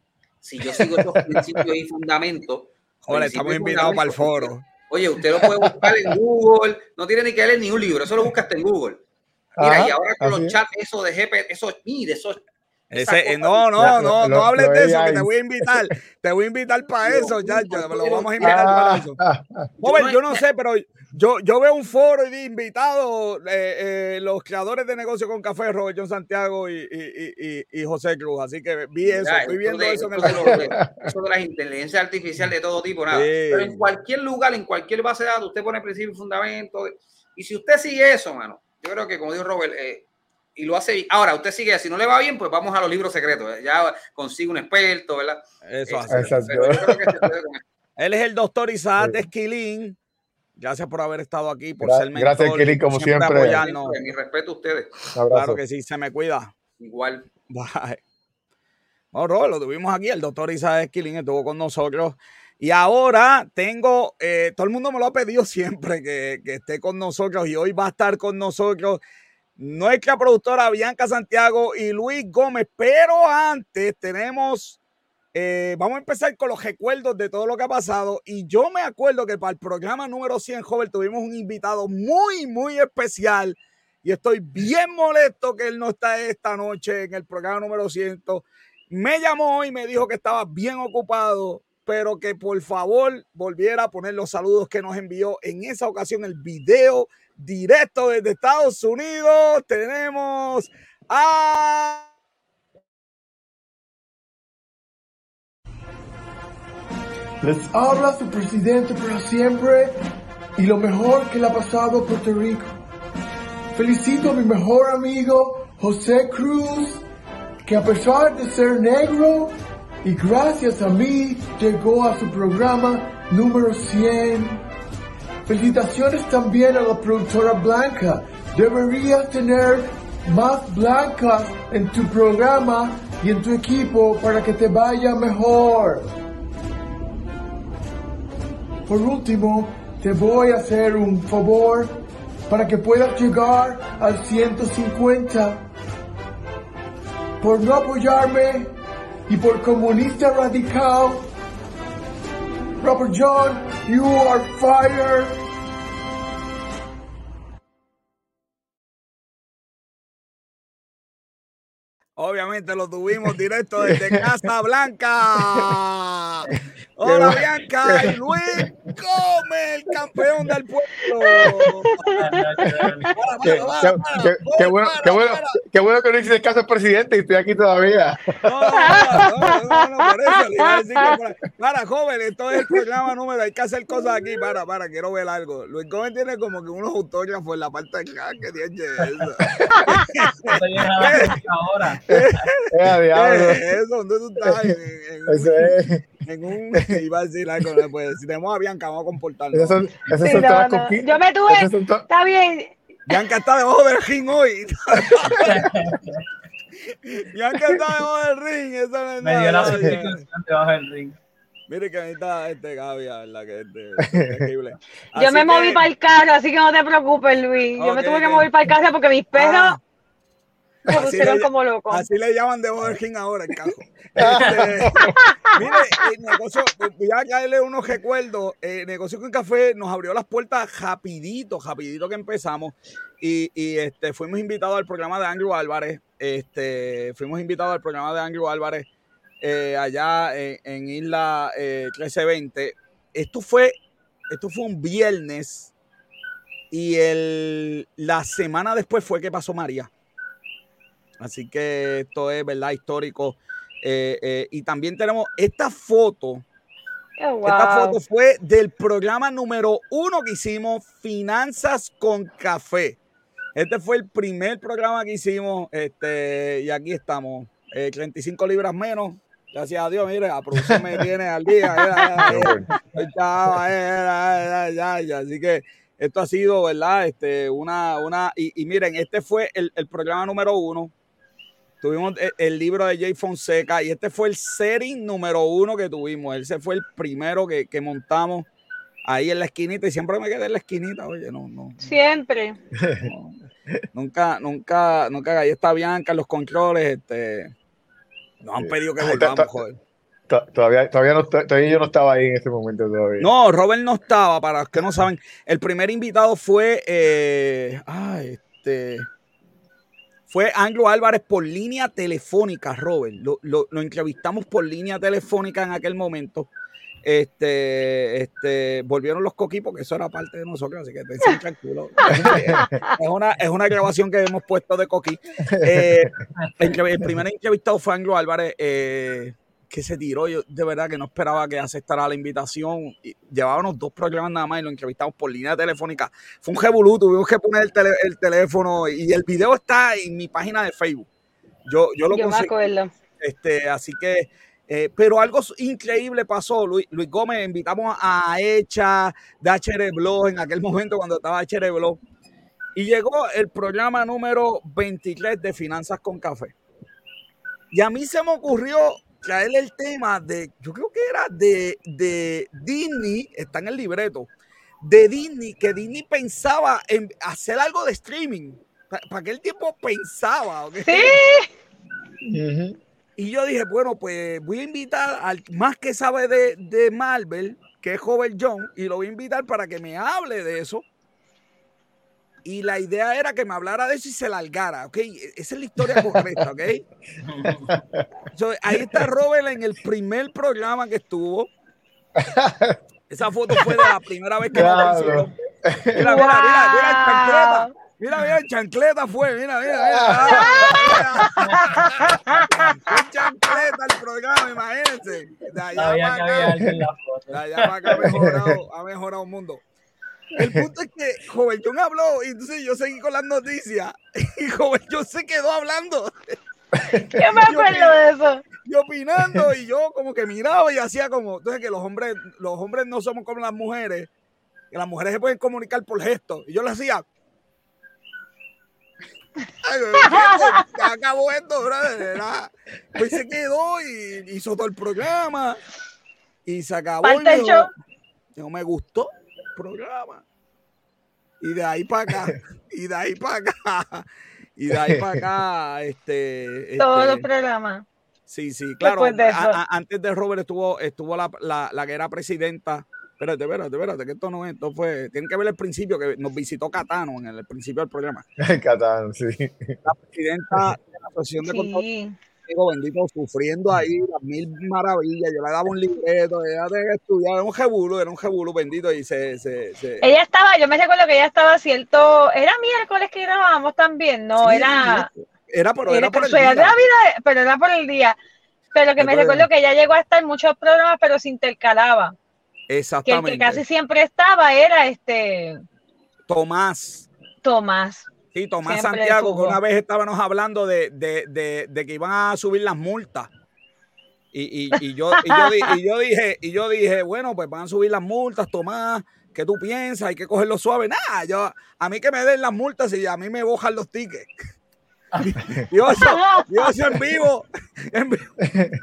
Si yo sigo estos principios y fundamentos. Joder, estamos invitados para el foro. Oye, usted lo puede buscar en Google. No tiene ni que leer ni un libro. Eso lo buscaste en Google. Mira, Ajá, y ahora con los chats, eso de G P T, eso, mire, eso. Ese, no, no, no, no, no hables de eso, que te voy a invitar. Te voy a invitar para eso, ya, ya, lo vamos a invitar para eso. Joven, yo no sé, pero yo, yo veo un foro y de invitados, eh, eh, los creadores de Negocio con Café, Robert John Santiago y, y, y, y José Cruz. Así que vi eso, Mira, estoy viendo de, eso en el foro. De, eso de las inteligencias artificiales de todo tipo, nada. Sí. Pero en cualquier lugar, en cualquier base de datos, usted pone principios y fundamentos. Y si usted sigue eso, mano, yo creo que, como dijo Robert, eh, y lo hace bien. Ahora, usted sigue, si no le va bien, pues vamos a los libros secretos. Ya consigue un experto, ¿verdad? Eso hace. Exacto. Él es el doctor Isaac sí. Skilling. Gracias por haber estado aquí, por Gra ser mentor. Gracias, Skilling, como siempre. siempre. Apoyarnos. Mi respeto a ustedes. Claro que sí, se me cuida. Igual. Bye. Bueno, Robert, lo tuvimos aquí, el doctor Isaac Skilling estuvo con nosotros. Y ahora tengo, eh, todo el mundo me lo ha pedido siempre que, que esté con nosotros y hoy va a estar con nosotros nuestra productora Bianca Santiago y Luis Gómez, pero antes tenemos, eh, vamos a empezar con los recuerdos de todo lo que ha pasado y yo me acuerdo que para el programa número cien, joven, tuvimos un invitado muy, muy especial y estoy bien molesto que él no está esta noche en el programa número cien. Me llamó y me dijo que estaba bien ocupado, pero que por favor volviera a poner los saludos que nos envió en esa ocasión el video directo desde Estados Unidos. Tenemos a... Les habla su presidente para siempre y lo mejor que le ha pasado a Puerto Rico. Felicito a mi mejor amigo José Cruz, que a pesar de ser negro y gracias a mí llegó a su programa número cien. Felicitaciones también a la productora Blanca. Deberías tener más blancas en tu programa y en tu equipo para que te vaya mejor. Por último, te voy a hacer un favor para que puedas llegar al ciento cincuenta. Por no apoyarme y por comunista radical, Robert John, you are fired. Obviamente lo tuvimos directo desde Casa Blanca. Hola Bianca y Luis Gómez, el campeón del pueblo. Qué bueno, qué bueno, qué bueno que no hiciste caso al presidente y estoy aquí todavía. No, no, no, no, no, por eso le iba a decir que para, para joven, esto es el programa número, hay que hacer cosas aquí, para, para, quiero ver algo. Luis Gómez tiene como que unos autógrafos en la parte de acá, que tiene eso. Ahora. Eso, ¿dónde tú estás? En, en, Eso es. En un, iba a decir algo, no puede. Si tenemos a Bianca, vamos a comportarnos. Esas son, esas Sí, son no, todas no. conquistas. Yo me tuve, Esas son to- está bien. Bianca está debajo del ring hoy. Bianca está debajo del ring. Eso no es Me dio la nada. sustitución debajo del ring. Mire que ahí está este Gaby, la que este, es increíble. Yo Así me que- moví para el carro, así que no te preocupes, Luis. Yo me Ok, tuve que ok. mover para el carro porque mis perros Ah, se así pusieron le- como locos. Así le llaman debajo del ring ahora el cajo. Este, mire, el negocio, voy a caerle unos recuerdos. El negocio con café nos abrió las puertas rapidito, rapidito que empezamos. Y, y este, fuimos invitados al programa de Andrew Álvarez. Este, fuimos invitados al programa de Andrew Álvarez eh, allá en, en Isla eh, trece veinte. Esto fue, esto fue un viernes. Y el, la semana después fue que pasó María. Así que esto es, ¿verdad? Histórico. Eh, eh, y también tenemos esta foto. Oh, wow. Esta foto fue del programa número uno que hicimos, Finanzas con Café. Este fue el primer programa que hicimos. Este, y aquí estamos. Eh, treinta y cinco libras menos. Gracias a Dios, mire, la producción me tiene al día. Era, era, era, era, era, era, era. Así que esto ha sido, ¿verdad? Este, una, una, y, y miren, este fue el, el programa número uno. Tuvimos el, el libro de Jay Fonseca y este fue el setting número uno que tuvimos. Ese fue el primero que, que montamos ahí en la esquinita y siempre me quedé en la esquinita. Oye, no, no. Siempre. no nunca, nunca, nunca. Ahí está Bianca en los controles. Este, nos han pedido que volvamos, joder. Todavía, todavía, no, todavía yo no estaba ahí en ese momento todavía. No, Robert no estaba, para los que no saben. El primer invitado fue, eh, ay, este, fue Andrew Álvarez por línea telefónica, Robert. Lo, lo, lo entrevistamos por línea telefónica en aquel momento. Este, este, volvieron los coquí porque eso era parte de nosotros, así que estén tranquilos. Es una, es una grabación que hemos puesto de coquí. Eh, el, el primer entrevistado fue Andrew Álvarez. Eh, que se tiró, yo de verdad que no esperaba que aceptara la invitación. Y llevábamos dos programas nada más y lo entrevistamos por línea telefónica. Fue un revolú, tuvimos que poner el, tele, el teléfono y el video está en mi página de Facebook. Yo, yo lo Yo conseguí. me acuerdo. Este, así que, eh, pero algo increíble pasó. Luis, Luis Gómez, invitamos a Echa de H R Blog en aquel momento cuando estaba H R Blog. Y llegó el programa número veintitrés de Finanzas con Café. Y a mí se me ocurrió traerle el tema de, yo creo que era de, de Disney, está en el libreto, de Disney, que Disney pensaba en hacer algo de streaming. Para pa aquel tiempo pensaba. ¿Okay? Sí. Uh-huh. Y yo dije, bueno, pues voy a invitar al más que sabe de, de Marvel, que es Robert John, y lo voy a invitar para que me hable de eso. Y la idea era que me hablara de eso y se largara, ¿ok? Esa es la historia correcta, ¿ok? So, ahí está Robert en el primer programa que estuvo. Esa foto fue de la primera vez que Claro. nos hicieron. Mira, mira, mira, mira el chancleta. Mira, mira, el chancleta fue, mira, mira, mira. mira. El chancleta el programa, imagínense. De allá Sabía para que había acá, alguien en la foto. de allá para acá ha mejorado, ha mejorado un mundo. El punto es que Robert John habló y entonces yo seguí con las noticias y Robert John se quedó hablando. Yo me acuerdo de eso. Y opinando y yo como que miraba y hacía como, entonces que los hombres, los hombres no somos como las mujeres, que las mujeres se pueden comunicar por gestos. Y yo le hacía. Ay, ya acabó esto, brother. Pues se quedó y hizo todo el programa y se acabó. Parte Y me del dijo, show. no me gustó el programa. Y de ahí para acá, y de ahí para acá, y de ahí para acá, este, Todos este, los programas. Sí, sí, claro. Después de eso. A, a, antes de Robert estuvo, estuvo la, la, la que era presidenta. Espérate, espérate, espérate, que esto no es, esto fue, tienen que ver el principio, que nos visitó Catano en el, el principio del programa. Catano, sí. La presidenta de la Asociación de Sí. Contadores, bendito, sufriendo ahí las mil maravillas. Yo le daba un libreto, ella tenía que estudiar, era un jebulo, era un jebulo, bendito, y se, se, se... Ella estaba, yo me recuerdo que ella estaba cierto, era miércoles que grabábamos también, no, Sí, era, era, pero era, era por el casualidad día. de la vida, pero era por el día. Pero que me Entonces, recuerdo que ella llegó a estar en muchos programas, pero se intercalaba. Que el exactamente. que casi siempre estaba era este Tomás. Tomás. Sí, Tomás Siempre Santiago, estuvo. que una vez estábamos hablando de, de, de, de que iban a subir las multas. Y, y, y, yo, y, yo, di- y yo dije, y yo dije, bueno, pues van a subir las multas, Tomás, ¿qué tú piensas? Hay que cogerlo suave. Nada, yo, a mí que me den las multas y a mí me bojan los tickets. Dios, Dios en vivo. En vivo.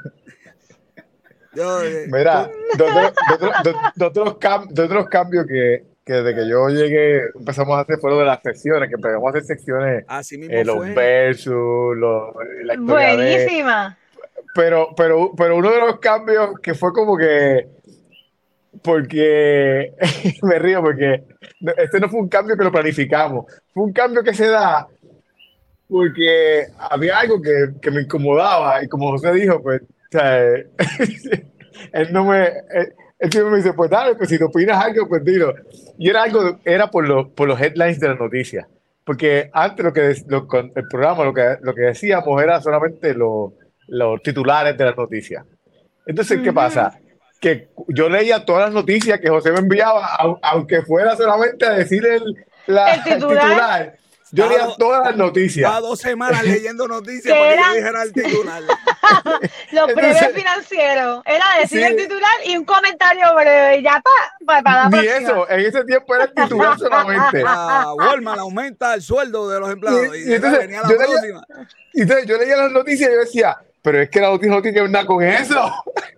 Yo, eh, Mira, de, otro- de otro- de- de otros, cam- de otros cambios que, que desde que yo llegué empezamos a hacer fueron de las secciones, que empezamos a hacer secciones, así mismo eh, los fue. versus, los, la historia de... Buenísima. Pero, pero, pero uno de los cambios que fue como que, porque me río porque no- este no fue un cambio que lo planificamos, fue un cambio que se da porque había algo que, que me incomodaba y como José dijo, pues, o sea, eh, él no me, él, él siempre me dice, pues dale, pues si te opinas algo, pues dilo. Y era algo, era por, los por los headlines de las noticias, porque antes lo que des- lo- con el programa, lo que, lo que decíamos era solamente los los titulares de las noticias. Entonces, ¿qué Ujú. pasa? Que yo leía todas las noticias que José me enviaba, au- aunque fuera solamente a decir el, la- El titular. Yo leía Estaba- todas las noticias. Estaba dos semanas leyendo noticias ¿Qué para que era? yo dijera el titular. Los Entonces- breves financieros. Era decir Sí. el titular y un comentario breve y ya pa, pa- para la Ni próxima. eso, en ese tiempo era el titular solamente. A Walmart aumenta el sueldo de los empleados. Y- Y, y entonces, venía la yo leía- próxima. Y entonces yo leía las noticias y yo decía, pero es que la noticia no tiene que ver nada con eso.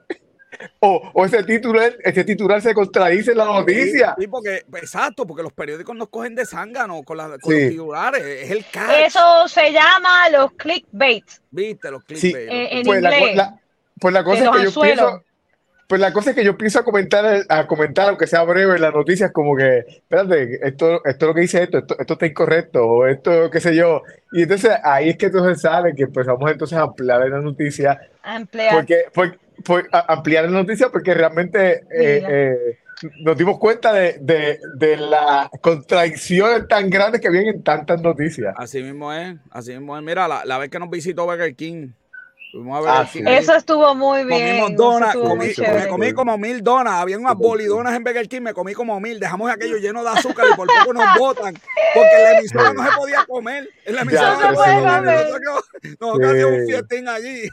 o, o ese titular, ese titular se contradice en la noticia. Sí, porque, exacto, porque los periódicos nos cogen de zángano con, la, con Sí. los titulares. Es el catch. Eso se llama los clickbait. ¿Viste? Los Sí. clickbait. Eh, en Pues la, co- inglés. la- pues la cosa De es que los yo anzuelos. pienso, pues la cosa es que yo pienso a comentar, a comentar, aunque sea breve, en las noticias, como que, espérate, esto, esto es lo que dice esto, esto, esto está incorrecto, o esto, qué sé yo. Y entonces ahí es que entonces sale que empezamos entonces a ampliar la noticia, A emplear. porque, porque, por- a- ampliar la noticia porque realmente eh, Mira. eh, nos dimos cuenta de, de, de las contradicciones tan grandes que había en tantas noticias. Así mismo es, así mismo es. Mira, la, la vez que nos visitó Burger King, fuimos a Burger Ah, King. sí. Eso estuvo muy bien. Comimos eso donas, estuvo comí- muy me chévere. comí como mil donas, había unas bolidonas en Burger King, me comí como mil, dejamos aquello lleno de azúcar y por poco nos botan, porque en la emisora no se podía comer, en la emisora Ya, no se sí. podía comer, comer. nosotros que- nosotros hacíamos un Sí. fiestín allí.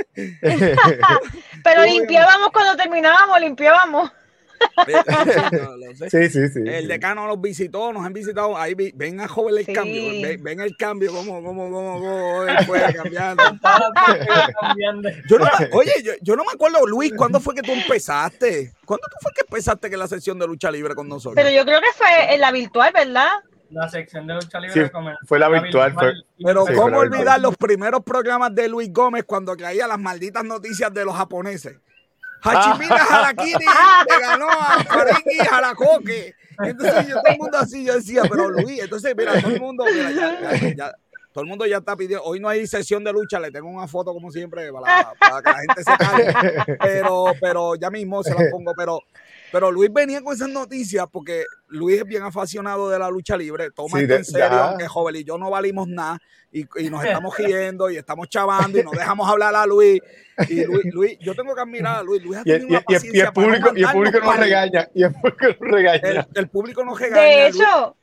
Pero Muy bien. limpiábamos cuando terminábamos, limpiábamos. Sí, lo- lo sé. Sí, sí, sí. El sí. decano los visitó, nos han visitado, ahí vi- ven a joven el Sí. cambio, ven, ven el cambio, cómo, cómo, cómo, cómo él fue cambiando. cambiando. Yo no, me- oye, yo, yo no me acuerdo, Luis, ¿cuándo fue que tú empezaste? ¿Cuándo tú fue que empezaste que la sesión de lucha libre con nosotros? Pero yo creo que fue en la virtual, ¿verdad? La sección de lucha libre Sí, comenzó fue la en virtual, fue- Pero Sí, ¿cómo pero- olvidar los primeros programas de Luis Gómez cuando caían las malditas noticias de los japoneses? Hachimina Harakiri le ganó a Fariki Harakoke. Entonces yo todo el mundo así, yo decía, pero Luis, entonces mira, todo el mundo, mira, ya, ya- ya- todo el mundo ya está pidiendo, hoy no hay sesión de lucha, le tengo una foto como siempre para, para que la gente se calme, pero, pero ya mismo se la pongo, pero, pero Luis venía con esas noticias porque Luis es bien apasionado de la lucha libre, toma Sí, esto de- en serio, ya. aunque Joven y yo no valimos nada, y, y nos estamos riendo y estamos chavando y no dejamos hablar a Luis. Y Luis, Luis, yo tengo que admirar a Luis. Luis ha Y, el- tenido y, una y el- y paciencia el para no público, y el público mandarnos nos regaña. Y el público nos regaña. el, el público nos regaña. De Luis. hecho,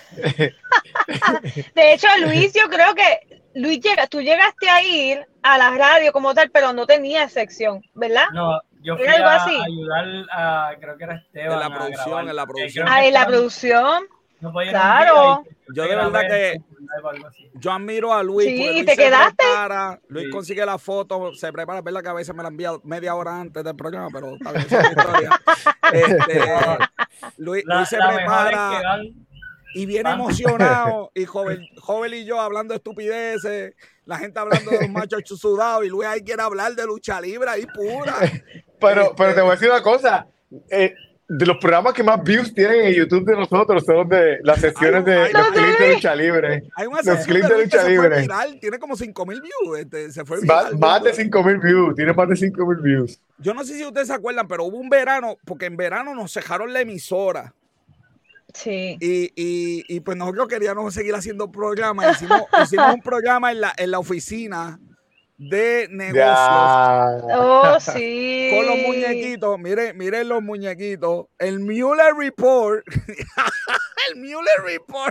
de hecho, Luis, yo creo que Luis llega, tú llegaste a ir a la radio como tal, pero no tenía sección, ¿verdad? No, yo fui ¿Era algo a así? ayudar a, creo que era Esteban. En la a producción, grabar. en la Eh, producción. creo que Ah, en la Esteban producción. no podía ir un Claro. día y Yo de grabé verdad que- un live o algo así. Yo admiro a Luis. Sí, porque Luis ¿te se quedaste? prepara, Luis Sí. consigue la foto, se prepara. Es verdad que a veces me la envía media hora antes del programa, pero está bien, esa es la historia. Este, Luis, La, Luis se la mejor es prepara. que van y bien emocionado, y joven, joven y yo hablando de estupideces, la gente hablando de los machos sudados, y Luis ahí quiere hablar de lucha libre ahí pura. Pero, Este- pero te voy a decir una cosa. eh, de los programas que más views tienen en YouTube de nosotros son de las sesiones Hay un- de hay los un- clips de lucha libre. Hay una Los sección clips de de Luis que lucha se fue libre. viral, tiene como cinco mil views, este, se fue Más, viral. más de cinco mil views. Tiene más de cinco mil views. Yo no sé si ustedes se acuerdan, pero hubo un verano, porque en verano nos cejaron la emisora. Sí. Y, y, y pues nosotros queríamos seguir haciendo programas. Hicimos, hicimos un programa en la, en la oficina de negocios. Ya. Oh, sí. Con los muñequitos, miren, miren los muñequitos. El Mueller Report. El Mueller Report.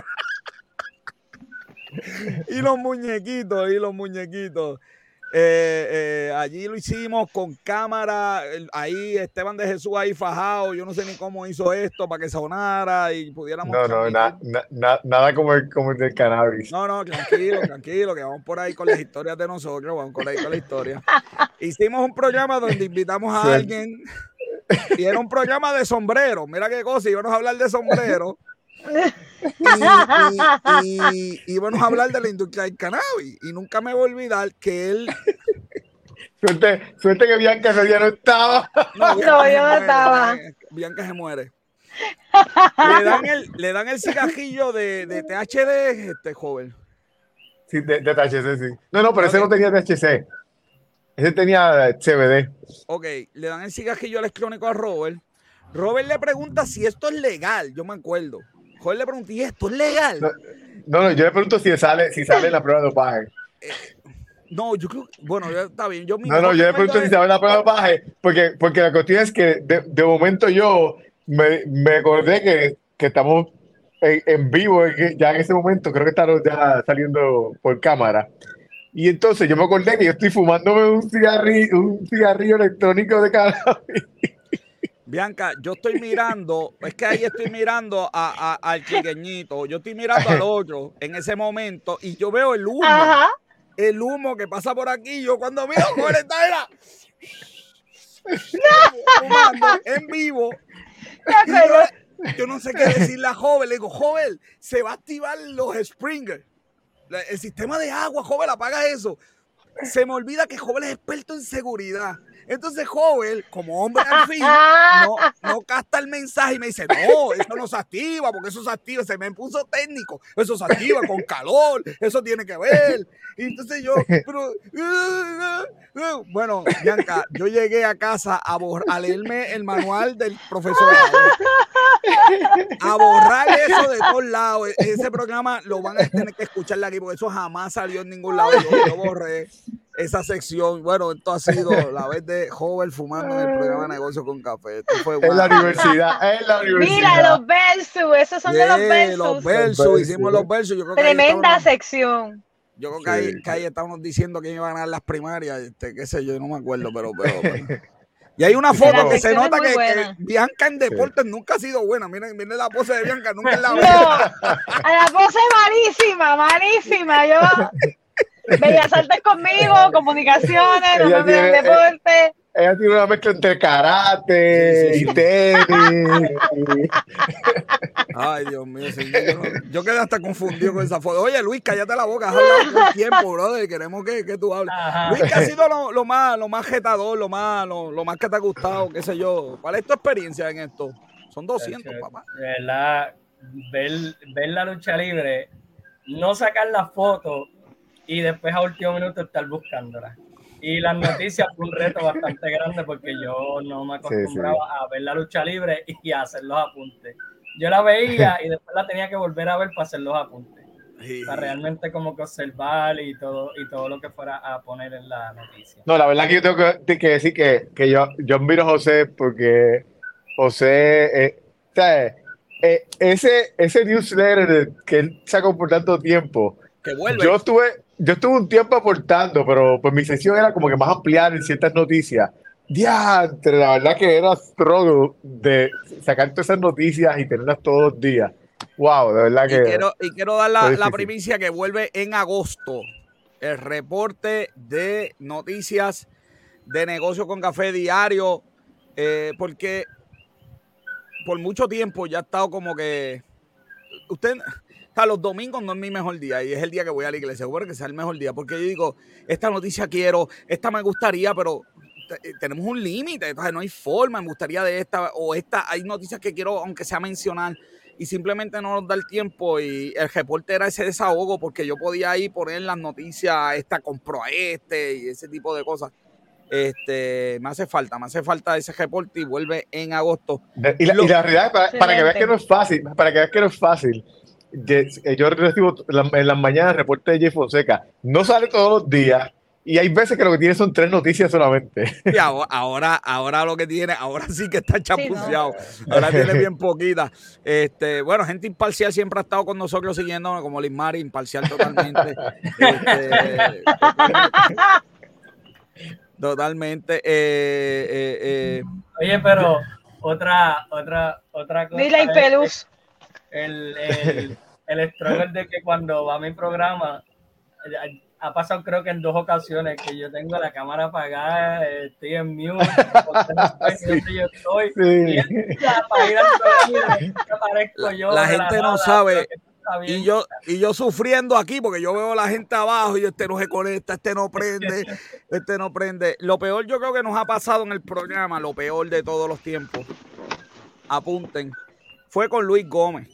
Y los muñequitos, y los muñequitos. Eh, eh, allí lo hicimos con cámara, el- ahí Esteban de Jesús ahí fajado, yo no sé ni cómo hizo esto para que sonara y pudiéramos No, no, na- transmitir. na- na- nada como el, como el del cannabis. No, no, tranquilo, tranquilo, que vamos por ahí con las historias de nosotros, vamos por ahí con la historia. Hicimos un programa donde invitamos a Sí. alguien y era un programa de sombrero, mira qué cosa, íbamos a hablar de sombrero y, y, y íbamos a hablar de la industria del cannabis y nunca me voy a olvidar que él... Suerte, suerte que Bianca ese día no estaba. No, No, Bianca yo se no muere, estaba. Bianca- Bianca se muere. Le dan el, le dan el cigajillo de, de T H D, este joven. Sí, de, de T H C, sí. No, no, pero ese Ok. no tenía T H C. Ese tenía C B D. Ok, le dan el cigajillo electrónico a Robert. Robert le pregunta si esto es legal, yo me acuerdo. Joven le pregunta, ¿y esto es legal? No, no, no, yo le pregunto si sale, si sale en la prueba de dopaje. No, yo creo, bueno, ya está bien. Yo mi No, no, mejor yo le recuerdo pregunto si es- sale en la prueba de dopaje, porque, porque la cuestión es que de, de momento yo me, me acordé que, que estamos en, en vivo, en que- ya en ese momento, creo que estamos ya saliendo por cámara. Y entonces yo me acordé que yo estoy fumándome un cigarrillo, un cigarrillo electrónico de cannabis. Bianca, yo estoy mirando, es que ahí estoy mirando a, a- al chiqueñito, yo estoy mirando al otro en ese momento y yo veo el humo, Ajá. el humo que pasa por aquí. Yo cuando miro, joven, está era fumando en vivo. Y yo, yo no sé qué decirle a joven, le digo, joven, se va a activar los Springer, la- el sistema de agua, joven, apaga eso. Se me olvida que joven es experto en seguridad. Entonces, joven, como hombre al fin, no, no capta el mensaje y me dice, no, eso no se activa, porque eso se activa, se me puso técnico, eso se activa con calor, eso tiene que ver. Y entonces yo, pero, bueno, Bianca, yo llegué a casa a, bor- a leerme el manual del profesorado, a borrar eso de todos lados. E- Ese programa lo van a tener que escucharle aquí, porque eso jamás salió en ningún lado. Yo, yo borré esa sección. Bueno, esto ha sido la vez de joven fumando en el programa de Negocio con Café. Esto fue En la una- universidad, en la universidad. Mira, los versus, esos son de los Yeah, versus. los versos, Los hicimos versus. los versos. Yo creo que ahí Tremenda estábamos, sección. yo creo que ahí, Sí. que ahí estábamos diciendo que iban a ganar las primarias, este, qué sé yo, no me acuerdo, pero, pero, pero. Y hay una foto La que se sección es nota muy que, que buena. Bianca en deportes nunca ha sido buena. Miren, miren la pose de Bianca, nunca en la No, vida. a la pose malísima, malísima. Yo, Bellas Artes conmigo, comunicaciones, no Ella me veo en tiene- deporte. Ella tiene una mezcla entre karate Sí, sí, sí. y tenis. Ay, Dios mío, señor, yo, no- yo quedé hasta confundido con esa foto. Oye, Luis, cállate la boca, has hablado todo el tiempo, brother. Queremos que, que tú hables. Ajá. Luis, ¿qué ha sido lo, lo más, lo más jetador, lo más, lo, lo más que te ha gustado, qué sé yo? ¿Cuál es tu experiencia en esto? Son doscientos, papá. De verdad, ver, ver la lucha libre, no sacar la foto y después a último minuto estar buscándola. Y las noticias fue un reto bastante grande porque yo no me acostumbraba Sí, a ver la lucha libre y a hacer los apuntes. Yo la veía y después la tenía que volver a ver para hacer los apuntes. Sí. Para realmente como que observar y todo, y todo lo que fuera a poner en la noticia. No, la verdad que yo tengo que, que decir que, que yo, yo admiro a José porque José, eh, ¿sabes? Eh, ese, ese newsletter que él sacó por tanto tiempo, Que vuelve. yo estuve, yo estuve un tiempo aportando, pero pues mi sesión era como que más ampliar en ciertas noticias. Diantre, la verdad que era struggle de sacar todas esas noticias y tenerlas todos los días. Wow, de verdad Y que quiero, y quiero dar la, fue la difícil. primicia que vuelve en agosto. El reporte de noticias de Negocio con Café diario. eh, porque por mucho tiempo ya ha estado como que usted, o sea, los domingos no es mi mejor día y es el día que voy a la iglesia. Bueno, que sea el mejor día, porque yo digo, esta noticia quiero, esta me gustaría, pero t- tenemos un límite, entonces no hay forma, me gustaría de esta o esta. Hay noticias que quiero, aunque sea mencionar, y simplemente no nos da el tiempo. Y el reporte era ese desahogo, porque yo podía ahí poner las noticias, esta compró a este y ese tipo de cosas. Este, me hace falta, me hace falta ese reporte y vuelve en agosto. Y la, Lo, y la realidad, para, para que veas que no es fácil, para que veas que no es fácil, que, eh, yo recibo la, en las mañanas reporte de Jay Fonseca. No sale todos los días y hay veces que lo que tiene son tres noticias solamente. y ahora, ahora, ahora lo que tiene, ahora sí que está chapuceado. Sí, ¿no? Ahora tiene bien poquita. Este, bueno, gente imparcial siempre ha estado con nosotros siguiéndome, como Liz Mari, imparcial totalmente. este, Totalmente. Eh, eh, eh. Oye, pero otra, otra, otra cosa. Dile y Pelus. El, el, el struggle de que cuando va a mi programa, ha pasado creo que en dos ocasiones que yo tengo la cámara apagada, estoy en mute, sí, yo estoy, sí. Y para ir al programa, aparezco yo. La gente la no nada, sabe. Y yo, y yo sufriendo aquí porque yo veo a la gente abajo y este no se conecta, este no prende, este no prende. Lo peor yo creo que nos ha pasado en el programa, lo peor de todos los tiempos, apunten, fue con Luis Gómez.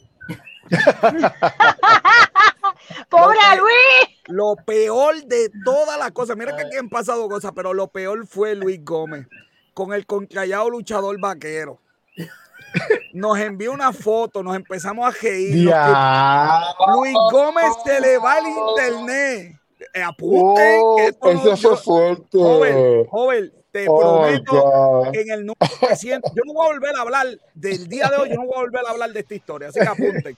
¡Pobre Luis! Lo peor de todas las cosas, mira que aquí han pasado cosas, pero lo peor fue Luis Gómez con el contrallado luchador vaquero. Nos envió una foto, nos empezamos a reír. Luis Gómez se le va el internet. Eh, apunten oh, que esto eso no, fue yo, fuerte. Joven, joven, te oh, prometo God. en el número trescientos, yo no voy a volver a hablar del día de hoy, yo no voy a volver a hablar de esta historia, así que apunten.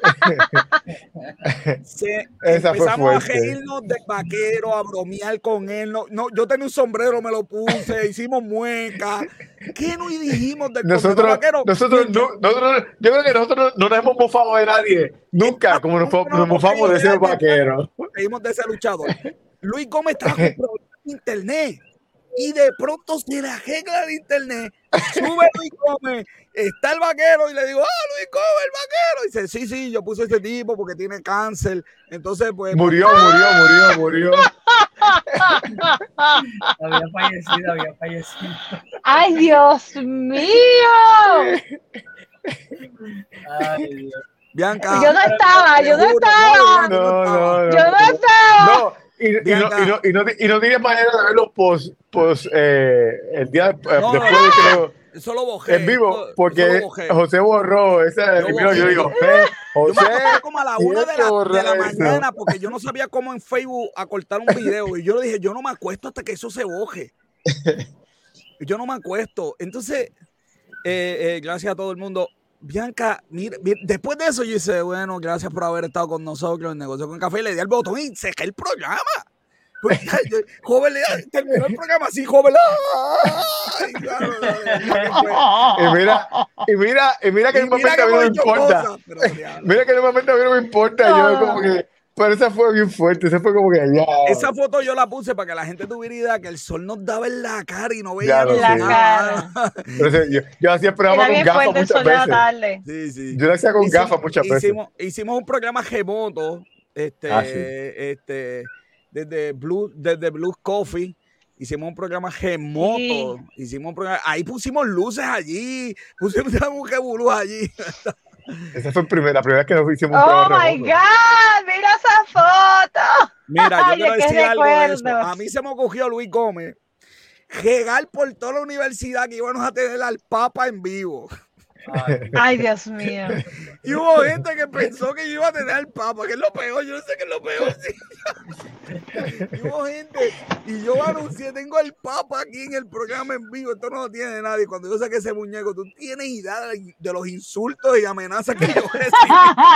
Se, empezamos a reírnos del vaquero, a bromear con él. No, no, yo tenía un sombrero, me lo puse, hicimos muecas. ¿Qué nos dijimos del nosotros, vaquero? Nosotros, no, nosotros, yo creo que nosotros no nos hemos mofado de nadie, nunca, como nos, nos mofamos de ese vaquero. Reímos de ese luchador. Luis Gómez estaba con problemas de internet. Y de pronto se le arregla el internet, sube Luis Gómez, está el vaquero y le digo, ah, Luis Gómez, el vaquero. Y dice, sí, sí, yo puse a ese tipo porque tiene cáncer. Entonces, pues. Murió, murió, murió, murió. Había fallecido, había fallecido. ¡Ay, Dios mío! Ay, Dios. Bianca. Yo no estaba, yo no estaba. No, no, no. Yo no estaba. No. Y, y, no, y, no, y, no, y no tienes manera de verlo post, post eh, el día no, después no, de que lo, eso lo bojé, en vivo, eso, porque eso lo bojé. José borró esa, yo, yo digo, José, yo me acosté como a la una de la, de la mañana porque yo no sabía cómo en Facebook acortar un video y yo le dije, yo no me acuesto hasta que eso se boje. Yo no me acuesto. Entonces, eh, eh, gracias a todo el mundo. Bianca, mira, mira, después de eso yo dije, bueno, gracias por haber estado con nosotros en Negocio con Café, le di al botón y cerré el programa. Pues, yo, joven, terminó el programa así, joven. Y, claro, y mira, y mira, y mira que normalmente a mí no me importa. Cosas, pero, mira que normalmente a mí no me importa. No. Yo como que, pero esa fue bien fuerte, esa fue como que ya. Esa foto yo la puse para que la gente tuviera idea que el sol nos daba en la cara y no veía claro, la sí. cara. Pero yo, yo hacía el programa con gafas muchas veces. Sí, sí. Yo lo hacía con hicimos, gafas muchas hicimos, veces. Hicimos un programa remoto, este, ah, sí. este, desde Blue, desde Blue Coffee. Hicimos un programa remoto. Sí. Hicimos un programa, ahí pusimos luces allí, pusimos un revolú allí. Esa fue primera, la primera vez que nos hicimos un oh programa my remoto. God, mira esa foto. Mira, yo Ay, quiero decir recuerdo. algo de eso. A mí se me ocurrió Luis Gómez regar por toda la universidad que íbamos a tener al Papa en vivo. Ay, Ay, Dios mío. Y hubo gente que pensó que yo iba a tener al Papa, que es lo peor, yo no sé qué es lo peor. Sí. Y hubo gente, y yo anuncié, tengo al Papa aquí en el programa en vivo, esto no lo tiene nadie. Cuando yo saqué ese muñeco, tú tienes idea de, de los insultos y amenazas que yo recibí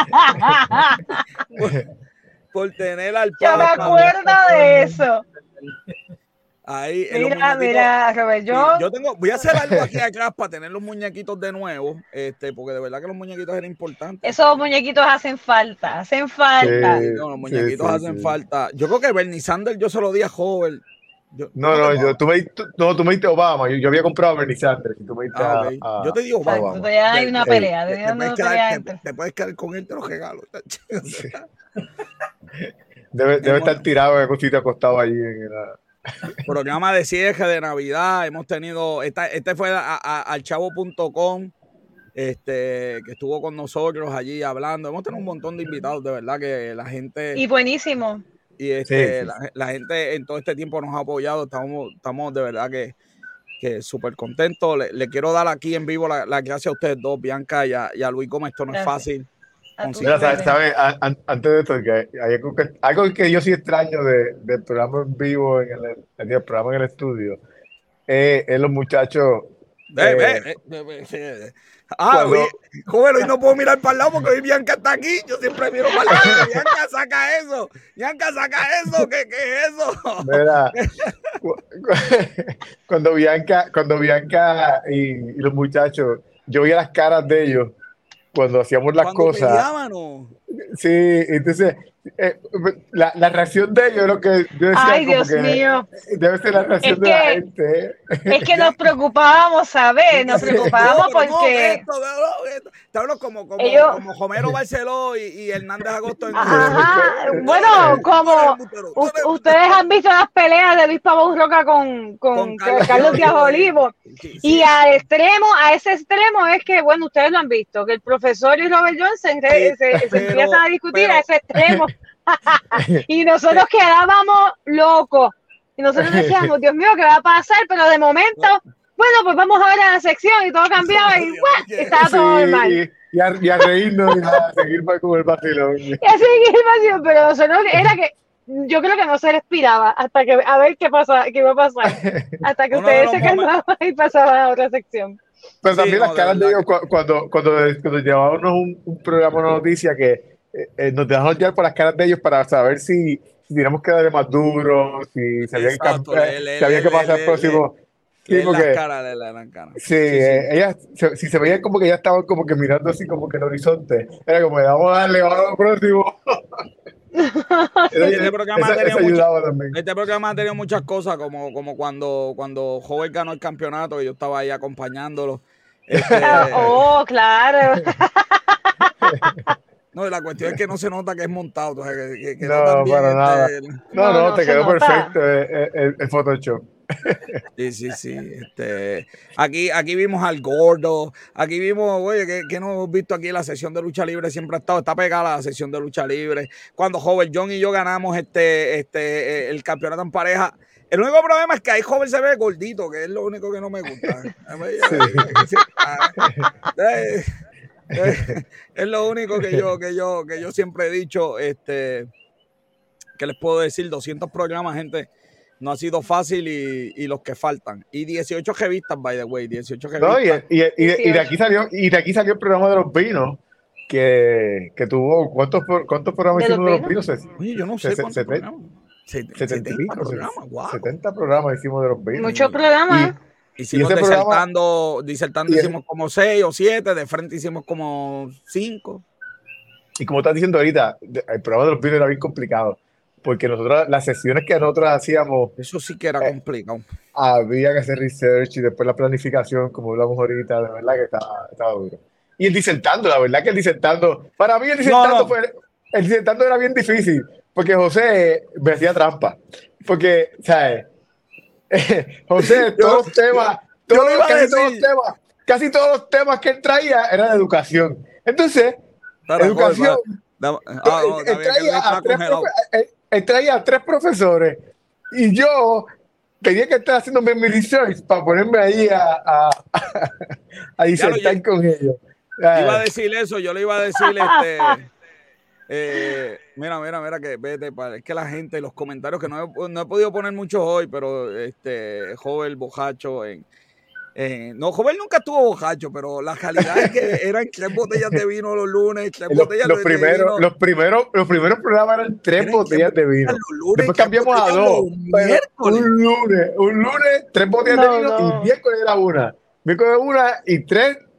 por, por tener al Papa. Yo me acuerdo de eso. Ahí, mira, mira, Robert, yo... yo tengo, voy a hacer algo aquí atrás para tener los muñequitos de nuevo, este, porque de verdad que los muñequitos eran importantes. Esos muñequitos hacen falta, hacen falta. Sí, no, los muñequitos sí, sí, hacen sí. falta. Yo creo que Bernie Sanders yo se lo di a Joven. Yo, no, no, yo, tú, me, tú, no, tú me diste Obama. Yo, yo había comprado a Bernie Sanders. Y tú me diste ah, okay. a, a, yo te digo Obama. Obama. Ya hay una pelea. Te, te, te, puedes quedar, te, te puedes quedar con él, te lo regalo. Sí. Debe, debe estar tirado en cosita acostado allí en la... Programa de cierre de Navidad. Hemos tenido, esta, este fue a, a, al chavo punto com, este, que estuvo con nosotros allí hablando. Hemos tenido un montón de invitados, de verdad que la gente. Y buenísimo. Y este, sí, sí. La, la gente en todo este tiempo nos ha apoyado. Estamos, estamos de verdad que, que súper contentos. Le, le quiero dar aquí en vivo las la gracias a ustedes dos, Bianca y a, y a Luis Gómez. Esto no gracias. es fácil. Mira, ¿sabes? ¿Sabe? Antes de esto, que hay algo, que algo que yo sí extraño de, del programa en vivo, en el, el programa en el estudio, eh, es los muchachos. Ve, eh, ve, ve, ve, ve. Ah, cuando... oye, joven, hoy no puedo mirar para el lado porque hoy Bianca está aquí. Yo siempre miro para el lado. Bianca, saca eso. Bianca, saca eso. ¿Qué, qué es eso? Mira, cuando Bianca, cuando Bianca y, y los muchachos, yo veía las caras de ellos cuando hacíamos las cuando cosas. Peleaban, ¿no? Sí, entonces eh, la, la reacción de ellos es lo que yo decía. Ay, como Dios que mío. Debe ser la reacción es de que, la gente. Es que nos preocupábamos, ¿sabes? Nos preocupábamos no, porque. No, esto, no, esto. Te hablo como, como, ellos... como Homero Barceló y, y Hernández Agosto. En Ajá, el... bueno, como u, ustedes han visto las peleas de Luis Pavón Roca con, con, con Carlos, Carlos Díaz Olivo. Sí, sí. Y al extremo, a ese extremo es que, bueno, ustedes lo han visto, que el profesor y Robert Johnson sí, se, se, se empiezan a discutir pero... a ese extremo. Y nosotros quedábamos locos. Y nosotros decíamos, Dios mío, ¿qué va a pasar? Pero de momento, bueno, pues vamos a ver a la sección y todo cambiaba y ¡guau! Estaba sí, todo normal. Y, y, a, y a reírnos y a seguir con el vacilón. Y a seguir el vacilón, pero nosotros era que yo creo que no se respiraba hasta que a ver qué pasa, qué iba a pasar. Hasta que ustedes se calmaban y pasaban a otra sección. Pero también sí, las no, caras de ellos cuando, cuando, cuando, cuando llevábamos un, un programa de noticias que Eh, nos dejamos llevar por las caras de ellos para saber si, si teníamos que darle más duro, si se había que, que pasar al próximo. Sí, porque, las caras, le, le, le, cara. Sí, sí, sí. Eh, ellas, se, si se veían como que ya estaban como que mirando así como que el horizonte, era como, vamos a darle, vamos al próximo. Este programa, esa, esa mucha, este programa ha tenido muchas cosas, como, como cuando, cuando Joven ganó el campeonato y yo estaba ahí acompañándolo. Este, oh, claro. No, la cuestión es que no se nota que es montado. O sea, que, que, que no, no para nada. Este, no, no, no, no, te quedó nota. Perfecto el, el, el Photoshop. Sí, sí, sí. Este, aquí, aquí vimos al gordo. Aquí vimos, oye, que, que no hemos visto aquí la sesión de lucha libre. Siempre ha estado, está pegada la sesión de lucha libre. Cuando Joven John y yo ganamos este, este, el campeonato en pareja. El único problema es que ahí Joven se ve gordito, que es lo único que no me gusta. Sí. Es lo único que yo, que yo, que yo siempre he dicho, este, que les puedo decir, doscientos programas, gente, no ha sido fácil y, y los que faltan. Y dieciocho revistas, by the way, dieciocho revistas. No, y, y, y, y, de aquí salió, y de aquí salió el programa de los vinos, que, que tuvo, ¿cuántos, cuántos programas hicimos de los vinos? Oye, yo no sé cuántos setenta, programas. setenta y pico, programas, wow. setenta programas hicimos de los vinos. Muchos programas. Y, Hicimos disertando, programa, disertando hicimos como seis o siete, de frente hicimos como cinco. Y como estás diciendo ahorita, el programa de los vinos era bien complicado, porque nosotros, las sesiones que nosotros hacíamos... Eso sí que era eh, complicado. Había que hacer research y después la planificación, como hablamos ahorita, de verdad que estaba, estaba duro. Y el disertando, la verdad que el disertando, para mí el disertando, no, no. Fue, el disertando era bien difícil, porque José me hacía trampa, porque, ¿sabes? José, todos los temas, todos, casi, todos los temas casi todos los temas que él traía eran de educación. Entonces, Para educación, él, ah, no, él, traía a tres profe, él, él traía a tres profesores y yo tenía que estar haciendo mi research para ponerme ahí a, a, a, a disertar con ellos. Iba a decir eso, yo le iba a decir este... Eh, mira, mira, mira, que vete, es que la gente, los comentarios que no he, no he podido poner muchos hoy, pero este Joven bojacho en, en no, Joven nunca estuvo bojacho, pero la realidad es que eran tres botellas de vino los lunes, tres los, botellas los de, primeros, de vino. Los primeros, los primeros programas eran tres eran botellas de vino. Lunes, después cambiamos a dos. Un lunes, un lunes, tres botellas no, de vino no. Y miércoles era una. Miércoles una y tres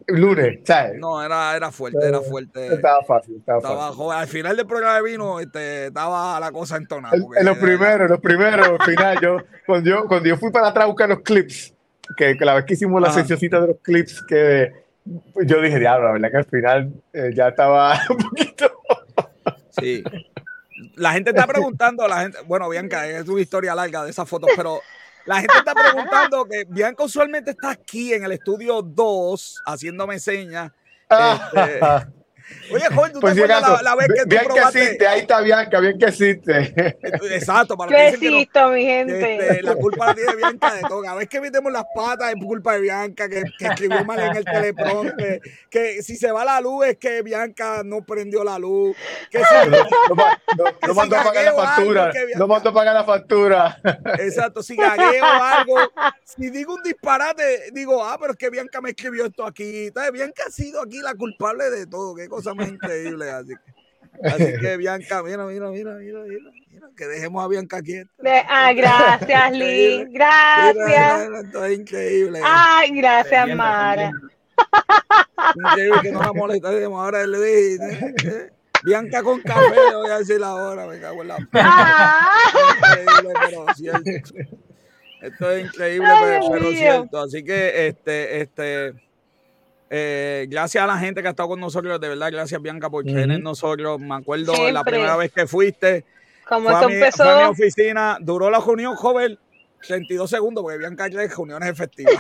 lunes, ¿sabes? No, era, era fuerte, era fuerte. Estaba fácil, estaba, estaba fácil. Joven. Al final del programa de vino, este, estaba la cosa entonada. En, en los primeros, en los primeros, al final, yo cuando, yo, cuando yo fui para atrás a buscar los clips, que, que la vez que hicimos la seccioncita de los clips, que yo dije, diablo, la verdad que al final eh, ya estaba un poquito... Sí. La gente está preguntando, la gente, bueno, Bianca, es una historia larga de esas fotos, pero la gente está preguntando que Bianca usualmente está aquí en el estudio dos haciéndome señas. Este, oye, Jorge, ¿tú pues te acuerdas la, la vez que tú Bianca probaste? existe, ahí está Bianca, Bianca existe. Exacto, para Yo que dicen que existo, no, mi gente. este, la culpa la tiene Bianca de todo. Cada vez que metemos las patas es culpa de Bianca, que, que escribió mal en el teleprompter, que si se va la luz es que Bianca no prendió la luz, que si, No, no, no, que no si mandó a pagar la gagueo factura, algo, que Bianca- no mandó a pagar la factura. Exacto, si gagueo algo, si digo un disparate, digo, ah, pero es que Bianca me escribió esto aquí. Entonces, Bianca ha sido aquí la culpable de todo, qué cosa más increíble. Así que, así que Bianca, mira, mira, mira, mira, mira, mira, que dejemos a Bianca quieta. Ah, gracias, Lynn. Gracias. Mira, mira, esto es increíble. Ay, gracias, Mara. Increíble que no la molestemos. Ahora le dije, eh, Bianca con café, voy a decir ahora, me cago en la Ah. increíble, pero cierto. Esto es increíble, Ay, pero, Dios pero mío. cierto. Así que, este, este, eh, gracias a la gente que ha estado con nosotros, de verdad, gracias Bianca por creer en nosotros. Me acuerdo Siempre. la primera vez que fuiste, Como fue esto a, mi, empezó. fue a mi oficina, duró la reunión, joven, treinta y dos segundos, porque Bianca cree reuniones efectivas.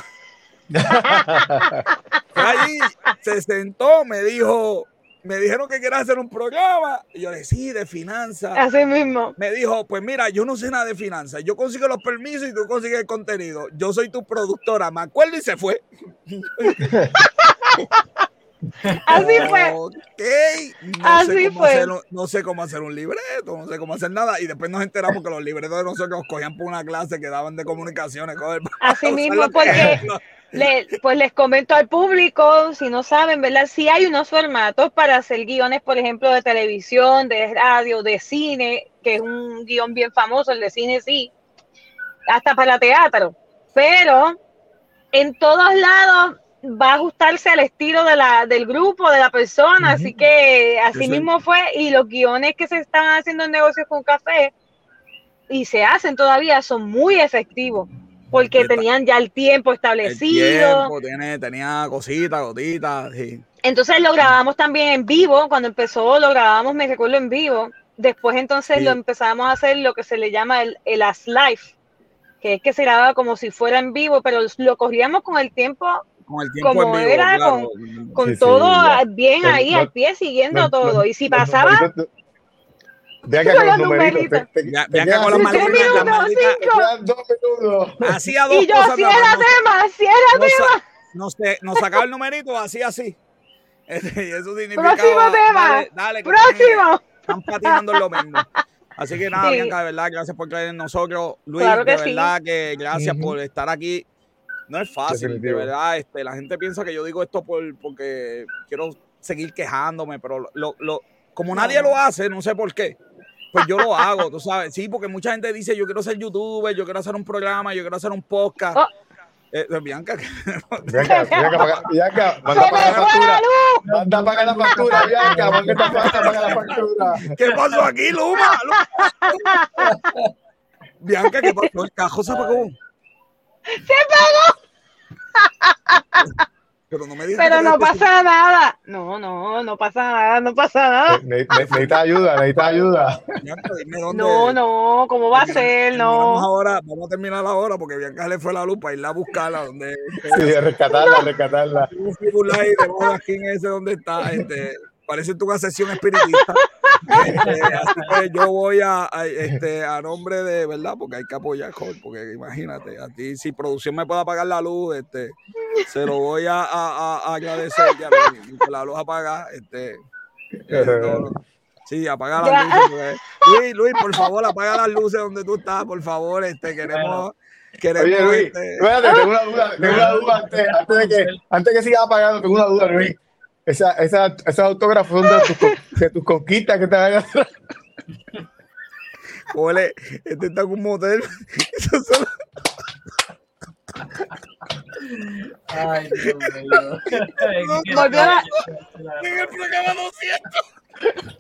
Fue allí, se sentó, me dijo, me dijeron que quieras hacer un programa, y yo le dije, sí, de finanzas. Así mismo. Me dijo, pues mira, yo no sé nada de finanzas, yo consigo los permisos y tú consigues el contenido, yo soy tu productora, me acuerdo, y se fue. Así fue. Ok, no, Así sé cómo fue. hacer, un- no sé cómo hacer un libreto, no sé cómo hacer nada, y después nos enteramos que los libretos de nosotros los cogían por una clase que daban de comunicaciones. Joder, Así usar mismo, lo que- porque le, pues les comento al público, si no saben, ¿verdad? Sí hay unos formatos para hacer guiones, por ejemplo, de televisión, de radio, de cine, que es un guión bien famoso, el de cine sí, hasta para teatro, pero en todos lados va a ajustarse al estilo de la, del grupo, de la persona, así que así Sí, sí. mismo fue, y los guiones que se están haciendo en Negocios con Café, y se hacen todavía, son muy efectivos, porque Está- tenían ya el tiempo El establecido. tiempo, tiene, tenía cositas, gotitas, sí. Entonces lo grabamos también en vivo, cuando empezó lo grabamos, me recuerdo, en vivo. Después entonces Sí. lo empezamos a hacer lo que se le llama el, el as live, que es que se grababa como si fuera en vivo, pero lo corríamos con el tiempo, Con el tiempo como en vivo, era, claro. con Sí, sí, todo ya. bien Los- ahí los- al pie, siguiendo Los- todo. los- y si los pasaba, numeritos- Vean que Con con los los numeritos. numeritos. Te, te, Ya- te Bianca quedan con las cinco tres malditas, las minutos, malditas, Te quedan dos minutos. hacía dos y yo, cosas. cierra nada más, tema, cierra no, no, tema. sa- no sé, nos sacaba el numerito, así, así. Y eso significaba, Próximo tema. dale, dale, que Próximo. Están, están patinando en lo mismo. Así que nada, Sí. Bianca, de verdad, gracias por creer en nosotros. Luis, Claro que de sí. verdad que gracias Ujú. por estar aquí. No es fácil, Definitivo. de verdad. Este, la gente piensa que yo digo esto por, porque quiero seguir quejándome, pero lo, lo, lo- como No. nadie lo hace, no sé por qué, pues yo lo hago, tú sabes. Sí, porque mucha gente dice, yo quiero ser youtuber, yo quiero hacer un programa, yo quiero hacer un podcast. Oh. Eh, eh, Bianca, Bianca, Bianca, paga- Bianca, manda Se a pagar me la fue factura. la luz. Manda a pagar la factura, Bianca. Manda a pagar la factura. ¿qué pasó aquí, Luma? Luma. Bianca, ¿qué pasó? El cajo se apagó. Se pegó. Pero no me digas Pero que no te- pasa nada. No, no, no pasa nada, no pasa nada. Ne- ne- Necesita ayuda, necesita ayuda. Bianca, dime dónde. No, no, ¿cómo va a ser? Terminamos No. ahora, vamos a terminar ahora porque Bianca le fue la luz para irla a buscarla donde Sí, rescatarla, rescatarla. un Facebook Live debajo de la esquina ese donde está, este, parece tu una sesión espiritista. Este, así que yo voy a, a, este, a nombre de, ¿verdad? Porque hay que apoyar, Jorge, porque imagínate, a ti si producción me puede apagar la luz, este, se lo voy a, a, a agradecer ya, Luis, que la luz apaga, este, eh, no, no. Sí, apaga las Ya. luces. porque- Luis, Luis, por favor, apaga las luces donde tú estás, por favor, este, queremos, queremos, Oye, Luis, este, espérate, tengo una duda, tengo una duda antes, antes de que, antes de que sigas apagando, tengo una duda, Luis. Esa, esa, esos autógrafos son de tus, con- de tus conquistas que te van a hacer. ole, este está en un motel. Esos son- Ay, Dios mío. Volvió a- En el programa doscientos.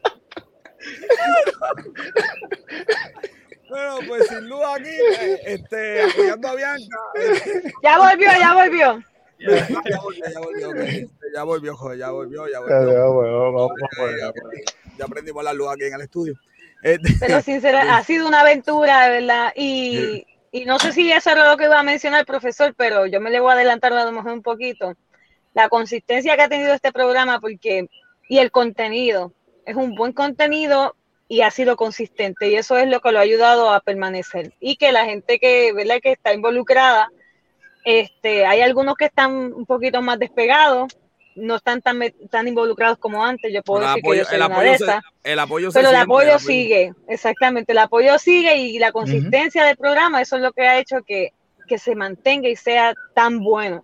Bueno, pues sin luz aquí, eh, este, apoyando a Bianca. eh, Ya volvió, ya volvió. ya volvió, ya volvió, ok, este, ya volvió, joder, ya volvió, ya Ya, volvió. ya, bueno, vamos, vamos, Eh, ya, aprendí- ya aprendimos la luz aquí en el estudio. Este, Pero sinceramente, ha sido una aventura, de verdad. Y, y no sé si eso era lo que iba a mencionar el profesor, pero yo me le voy a adelantar a lo mejor un poquito. La consistencia que ha tenido este programa, porque, y el contenido, es un buen contenido y ha sido consistente. Y eso es lo que lo ha ayudado a permanecer. Y que la gente que, ¿verdad?, que está involucrada, este, hay algunos que están un poquito más despegados, no están tan, tan involucrados como antes. Yo puedo el decir apoyo, que yo soy el una apoyo, de se, esas. el apoyo se Pero el siente, apoyo el apoyo- sigue, exactamente, el apoyo sigue y la consistencia del programa, eso es lo que ha hecho que, que se mantenga y sea tan bueno.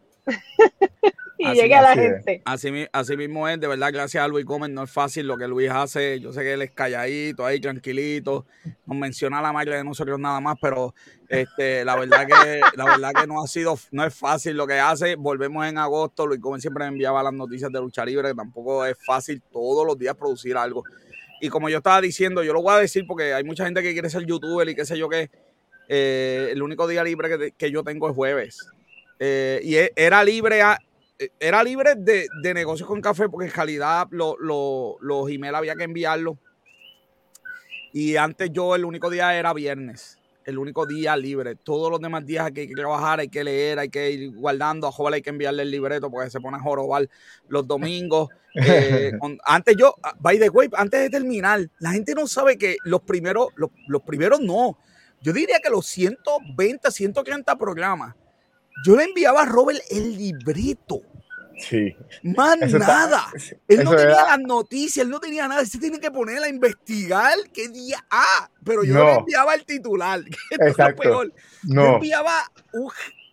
Y Así- llegue a la así es. gente. Así, mi- así mismo es, de verdad, gracias a Luis Gómez, no es fácil lo que Luis hace. Yo sé que él es calladito, ahí tranquilito, nos menciona la madre de nosotros nada más, pero este, la verdad que la verdad que no ha sido, no es fácil lo que hace. Volvemos en agosto, Luis Gómez siempre me enviaba las noticias de lucha libre, que tampoco es fácil todos los días producir algo. Y como yo estaba diciendo, yo lo voy a decir porque hay mucha gente que quiere ser youtuber y qué sé yo qué. Eh, el único día libre que, que yo tengo es jueves. Eh, y e- era libre a, era libre de, de negocios con café porque en realidad los lo, lo email había que enviarlo. Y antes yo el único día era viernes. El único día libre. Todos los demás días hay que trabajar, hay que leer, hay que ir guardando. A Joven hay que enviarle el libreto porque se pone a jorobar los domingos. Eh, con, antes yo, by the way, antes de terminar, la gente no sabe que los primeros, los, los primeros no. Yo diría que los ciento veinte, ciento treinta programas, yo le enviaba a Robert el libreto. Sí. Más Eso nada. está- Él no eso tenía era- las noticias, él no tenía nada. Él se tiene que poner a investigar qué día. Ah, pero yo No. le enviaba el titular. Que esto es lo Exacto. peor. Yo No. enviaba. Uh,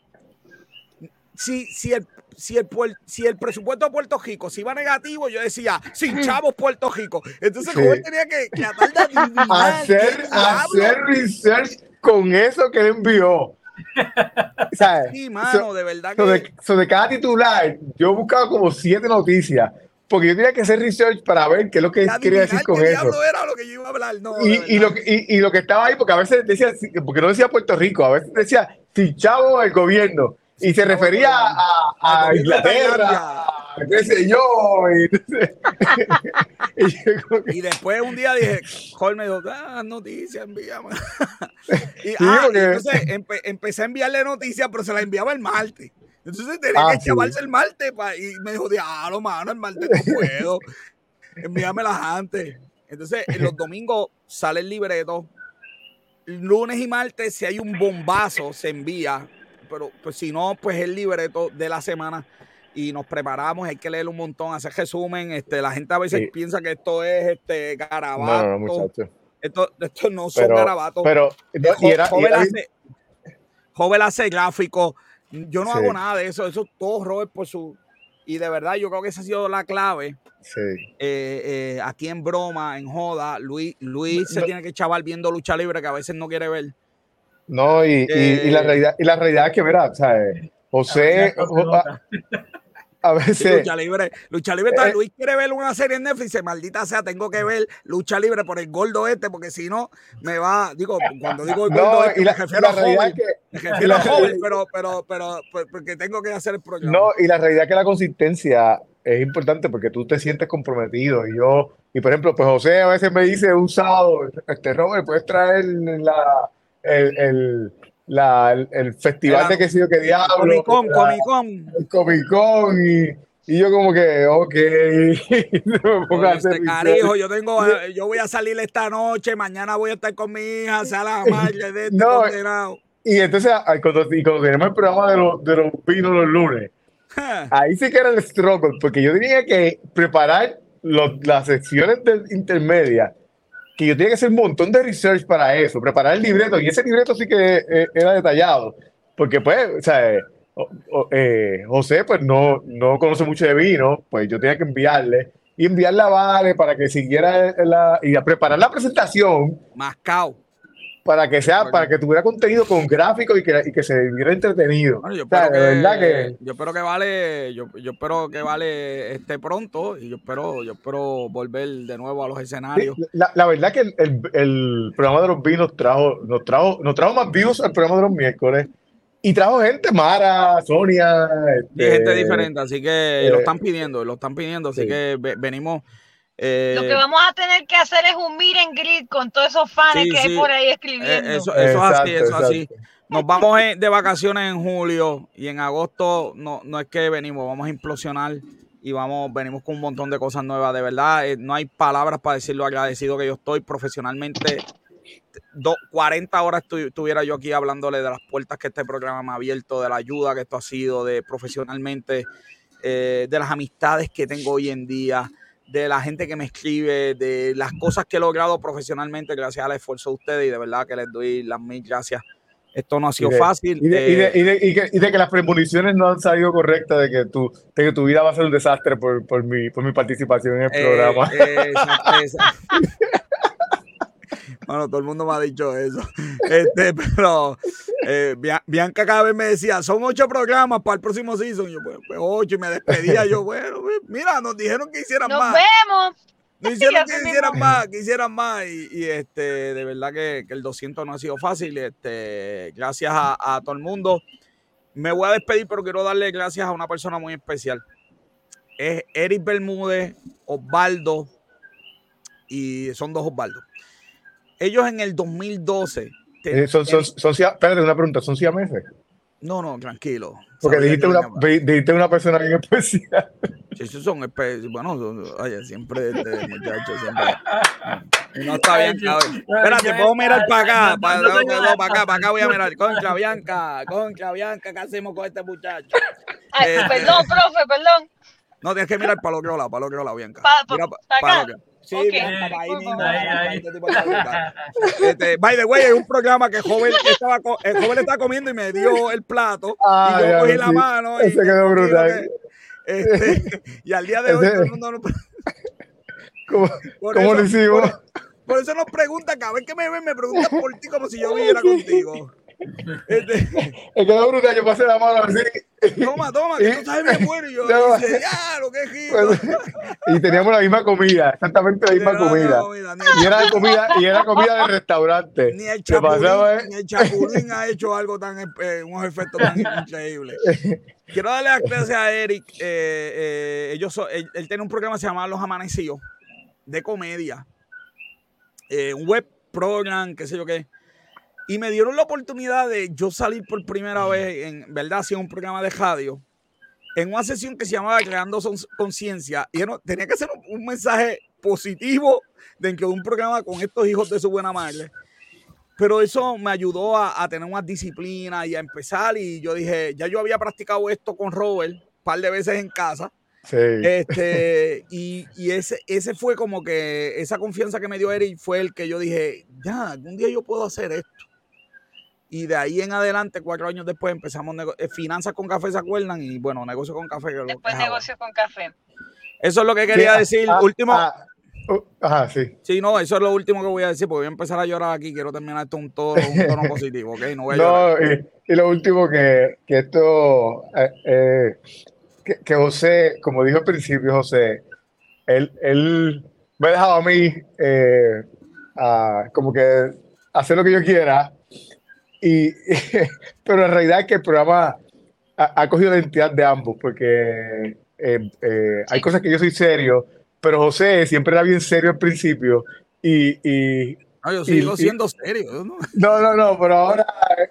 si, si, el, si, el, puer- si el presupuesto de Puerto Rico se iba negativo, yo decía, sin chavos Puerto Rico. Entonces, Sí. el joven tenía que, que tratar de adivinar. hacer, qué diablo. hacer research con eso que él envió. ¿Sabes? Sí, mano, So- de verdad so que. de, so de cada titular, yo buscaba como siete noticias, porque yo tenía que hacer research para ver qué es lo que de quería adivinar decir con qué eso. diablo era lo que yo iba a hablar. No, de Y, y, lo verdad. que, y, y lo que estaba ahí, porque a veces decía, porque no decía Puerto Rico, a veces decía, si chavo el gobierno, y se chavo el refería gobierno. a, Al a gobierno de Inglaterra, Tailandia. qué sé yo. Y, entonces, y yo como que- Y después un día dije, Jorge me dijo, ah, noticias, envíame. y, Sí, ah, porque- y entonces empe- empecé a enviarle noticias, pero se la enviaba el martes. Entonces tenía Ah, que sí. chavarse el martes. Pa, y me dijo, diablo, mano, el martes no puedo. Envíamelas antes. Entonces, en los domingos sale el libreto. Lunes y martes, si hay un bombazo, se envía. Pero pues si no, pues el libreto de la semana. Y nos preparamos, hay que leer un montón, hacer resumen. Este, la gente a veces Sí. piensa que esto es este No, garabato. no, no, muchacho. Esto, esto no son Pero, garabatos. pero, no, y era, y Joven era- hace, Joven hace gráficos. Yo no Sí. hago nada de eso. Eso todo Robert por su. Y de verdad, yo creo que esa ha sido la clave. sí. Eh, eh, aquí en broma, en joda, Luis, Luis se No. tiene que chaval viendo lucha libre que a veces no quiere ver. No, y, y, y la Eh, realidad, y la realidad es que, verá, ¿sabes? José, A veces no se a, a Sí, veces, lucha libre, lucha libre. está- Eh. Luis quiere ver una serie en Netflix, dice, maldita sea, tengo que ver lucha libre por el gordo este, porque si no, me va, digo, cuando digo el gordo no, este, y la, me refiero la a realidad joven, es que, me y refiero la- a joven, pero, pero, pero, pero, porque tengo que hacer el programa. no, y la realidad es que la consistencia es importante porque tú te sientes comprometido. Y yo, y por ejemplo, pues José a veces me dice un sábado, este Robert, puedes traer la, el, el, la, el, el festival El- de qué sé yo qué diablo, Comic Con, la- Comic Con. el Comic Con, y, y yo como que, ok, me pongo a hacer Este research. carijo, yo tengo, eh, yo voy a salir esta noche, mañana voy a estar con mi hija, sea la madre de este No. condenado. Y entonces, ay, cuando, y cuando tenemos el programa de los, de los vinos los lunes, ahí sí que era el struggle, porque yo tenía que preparar los- las secciones de intermedia, que yo tenía que hacer un montón de research para eso, preparar el libreto, y ese libreto sí que eh, era detallado, porque pues, o sea, eh, o- o- eh, José pues no, no conoce mucho de vino, pues yo tenía que enviarle, y enviarle a Vale para que siguiera la, y a preparar la presentación, Mascao. para que sea, para que tuviera contenido con gráficos y que, y que se viera entretenido. Bueno, yo, o sea, espero de que, verdad que... yo espero que Vale, yo, yo espero que Vale esté pronto y yo espero, yo espero volver de nuevo a los escenarios. Sí, la, la verdad que el, el, el programa de los B nos trajo, nos trajo, nos trajo más views al programa de los miércoles y trajo gente, Mara, Sonia, este, y gente diferente, así que eh, lo están pidiendo, lo están pidiendo, así sí. que ve, venimos. Eh, lo que vamos a tener que hacer es un meet and greet con todos esos fans sí, que sí. hay por ahí escribiendo. Eh, eso, eso exacto, es así, eso es así. Nos vamos de vacaciones en julio y en agosto no, no es que venimos, vamos a implosionar y vamos, venimos con un montón de cosas nuevas. De verdad, eh, no hay palabras para decir lo agradecido que yo estoy profesionalmente. Do, cuarenta horas estuviera yo aquí hablándole de las puertas que este programa me ha abierto, de la ayuda que esto ha sido, de profesionalmente, eh, de las amistades que tengo hoy en día, de la gente que me escribe, de las cosas que he logrado profesionalmente gracias al esfuerzo de ustedes y de verdad que les doy las mil gracias. Esto no ha sido y de, fácil. Y de, eh, y, de, y, de, y, que, y de que las premoniciones no han salido correctas, de que tu, de que tu vida va a ser un desastre por, por, mi, por mi participación en el eh, programa. Eh, esa, esa. Bueno, todo el mundo me ha dicho eso. Este, pero eh, Bianca cada vez me decía, son ocho programas para el próximo season. Yo, pues, pues ocho, y me despedía. Yo, bueno, mira, nos dijeron que hicieran nos más. Nos vemos. Nos hicieron que hicieran más, que hicieran más. Y, y este, de verdad que, que el doscientos no ha sido fácil. Este, gracias a, a todo el mundo. Me voy a despedir, pero quiero darle gracias a una persona muy especial. Es Eric Bermúdez, Osvaldo, y son dos Osvaldo. Ellos en el dos mil doce... Te, eh, son, son, son, son, espérate, una pregunta, ¿son siameses? No, no, tranquilo. Porque dijiste una, dijiste una persona bien especial. Sí, esos son especiales. Bueno, oye, siempre este muchacho, siempre. No está bien, cabrón. Espérate, puedo mirar para acá. Para, no, no, para acá, para acá voy a mirar. Contra Bianca, contra Bianca, ¿qué hacemos con este muchacho? Ay, este, perdón, profe, perdón. No, tienes que mirar para el otro lado, para el otro lado, Bianca. Pa, pa, Mira, pa, para para acá. Sí, okay. Bianca, para ahí mismo. Ahí, ahí. Este, by the way, es un programa que joven estaba, el joven estaba comiendo y me dio el plato. Ah, y yo ya, cogí sí. la mano. Ese y quedó brutal. Que, este, y al día de hoy, todo el mundo nos... ¿Cómo, ¿cómo lo hicimos? Por, por eso nos pregunta, cada vez que me ven, me preguntan por ti como si yo viviera contigo. Este, es que no brutal, yo pasé la mano así. Toma, toma, que tú sabes bien bueno. Y yo no, dice, ya, lo que es rico. Y teníamos la misma comida, exactamente la misma comida. comida y, era comida y era comida de restaurante. Ni el chapulín, pasaba, ni el chapulín ha hecho algo tan, eh, unos efectos tan increíbles. Quiero darle las gracias a Eric. Eh, eh, ellos, él, él tiene un programa que se llama Los Amanecidos, de comedia. Eh, un web program, qué sé yo qué. Y me dieron la oportunidad de yo salir por primera vez, en verdad, hacía un programa de radio, en una sesión que se llamaba Creando Conciencia. Y no, tenía que hacer un, un mensaje positivo dentro de un programa con estos hijos de su buena madre. Pero eso me ayudó a, a tener más disciplina y a empezar. Y yo dije, ya yo había practicado esto con Robert un par de veces en casa. Sí. Este, y y ese, ese fue como que esa confianza que me dio Eric fue el que yo dije, ya, algún día yo puedo hacer esto. Y de ahí en adelante, cuatro años después, empezamos eh, Finanzas con Café, ¿se acuerdan? Y bueno, Negocios con Café. Que después Negocios con Café. Eso es lo que quería sí, decir. Ah, último. Ah, uh, ajá, sí. Sí, no, eso es lo último que voy a decir, porque voy a empezar a llorar aquí. Quiero terminar esto un tono, un tono positivo, ¿ok? No voy a no, llorar. Y, y lo último que, que esto, eh, eh, que, que José, como dijo al principio, José, él, él me ha dejado a mí eh, a, como que hacer lo que yo quiera. Y, pero en realidad es que el programa ha, ha cogido la identidad de ambos, porque eh, eh, hay cosas que yo soy serio, pero José siempre era bien serio al principio y, y no, yo sigo y, siendo serio. ¿no? no, no, no, pero ahora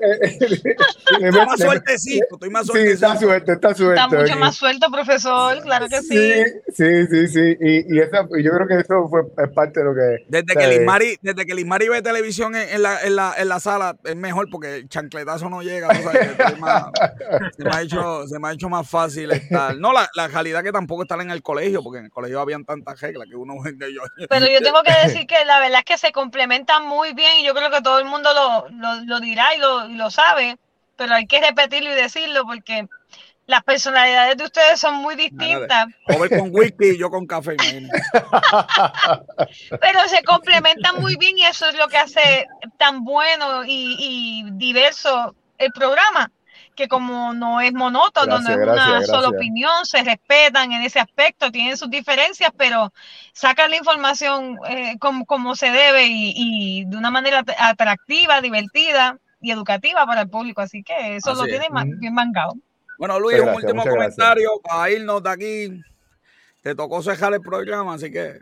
estoy más sueltecito, estoy más sueltecito. Sí, está suelto, está suelto. Está mucho más suelto, profesor, claro que sí. Sí, sí, sí, sí. Y, y, esa, y yo creo que eso fue es parte de lo que... Desde que Lismari, desde que Lismari ve televisión en, en, la, en, la, en la sala, es mejor porque el chancletazo no llega. ¿No sabes? Más, se, me ha hecho, se me ha hecho más fácil estar. No, la, la realidad que tampoco estar en el colegio, porque en el colegio habían tantas reglas que uno... Yo, pero yo tengo que decir que la verdad es que se complementan muy bien y yo creo que todo el mundo lo, lo, lo dirá y lo, y lo sabe, pero hay que repetirlo y decirlo porque las personalidades de ustedes son muy distintas. Joven con whisky y yo con café, imagínate. Pero se complementan muy bien y eso es lo que hace tan bueno y, y diverso el programa, que como no es monótono, gracias, no es gracias, una gracias. sola opinión, se respetan en ese aspecto, tienen sus diferencias, pero sacan la información eh, como, como se debe y, y de una manera atractiva, divertida y educativa para el público, así que eso así lo tiene mm. bien mangado. Bueno, Luis, gracias, un último comentario gracias. Para irnos de aquí. Te tocó cejar el programa, así que...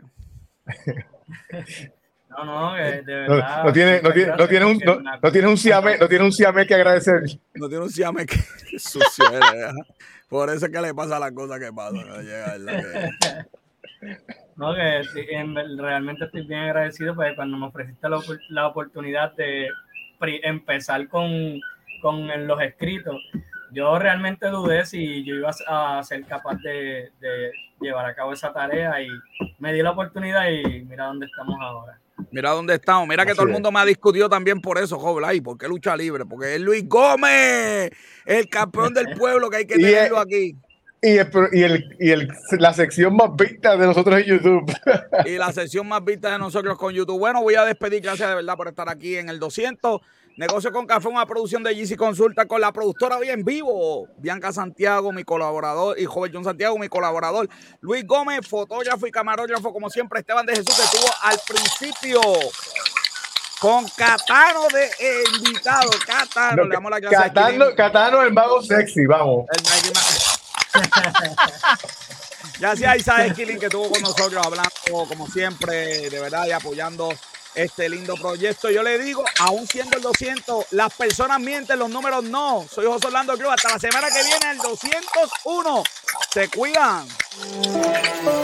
No, no, de verdad. No, no tiene, no tiene, no tiene un, no, no tiene un siame, no tiene un siame que agradecer. No tiene un siame que sucio eres, por eso es que le pasa las cosas que pasan. No, llega, que... no que en, realmente estoy bien agradecido porque cuando me ofreciste la, la oportunidad de empezar con, con los escritos, yo realmente dudé si yo iba a ser capaz de, de llevar a cabo esa tarea y me di la oportunidad y mira dónde estamos ahora. Mira dónde estamos. Mira que Así todo el mundo es. me ha discutido también por eso, Joblay. ¿Por qué lucha libre? Porque es Luis Gómez, el campeón del pueblo que hay que y tenerlo el, aquí. Y, el, y, el, y el, la sección más vista de nosotros en YouTube. Y la sección más vista de nosotros con YouTube. Bueno, voy a despedir. Gracias de verdad por estar aquí en el doscientos. Negocio con Café, una producción de G C Consulta con la productora hoy en vivo, Bianca Santiago, mi colaborador, y Joven John Santiago, mi colaborador, Luis Gómez, fotógrafo y camarógrafo, como siempre, Esteban de Jesús, que estuvo al principio con Catano de eh, invitado. Catano, no, le damos la clase. Catano, Catano, el mago sexy, vamos. El, Gracias a Isaac Killing que estuvo con nosotros hablando, como siempre, de verdad, y apoyando este lindo proyecto. Yo le digo, aún siendo el doscientos, las personas mienten, los números no. Soy José Orlando Cruz. Hasta la semana que viene, el doscientos uno. Se cuidan.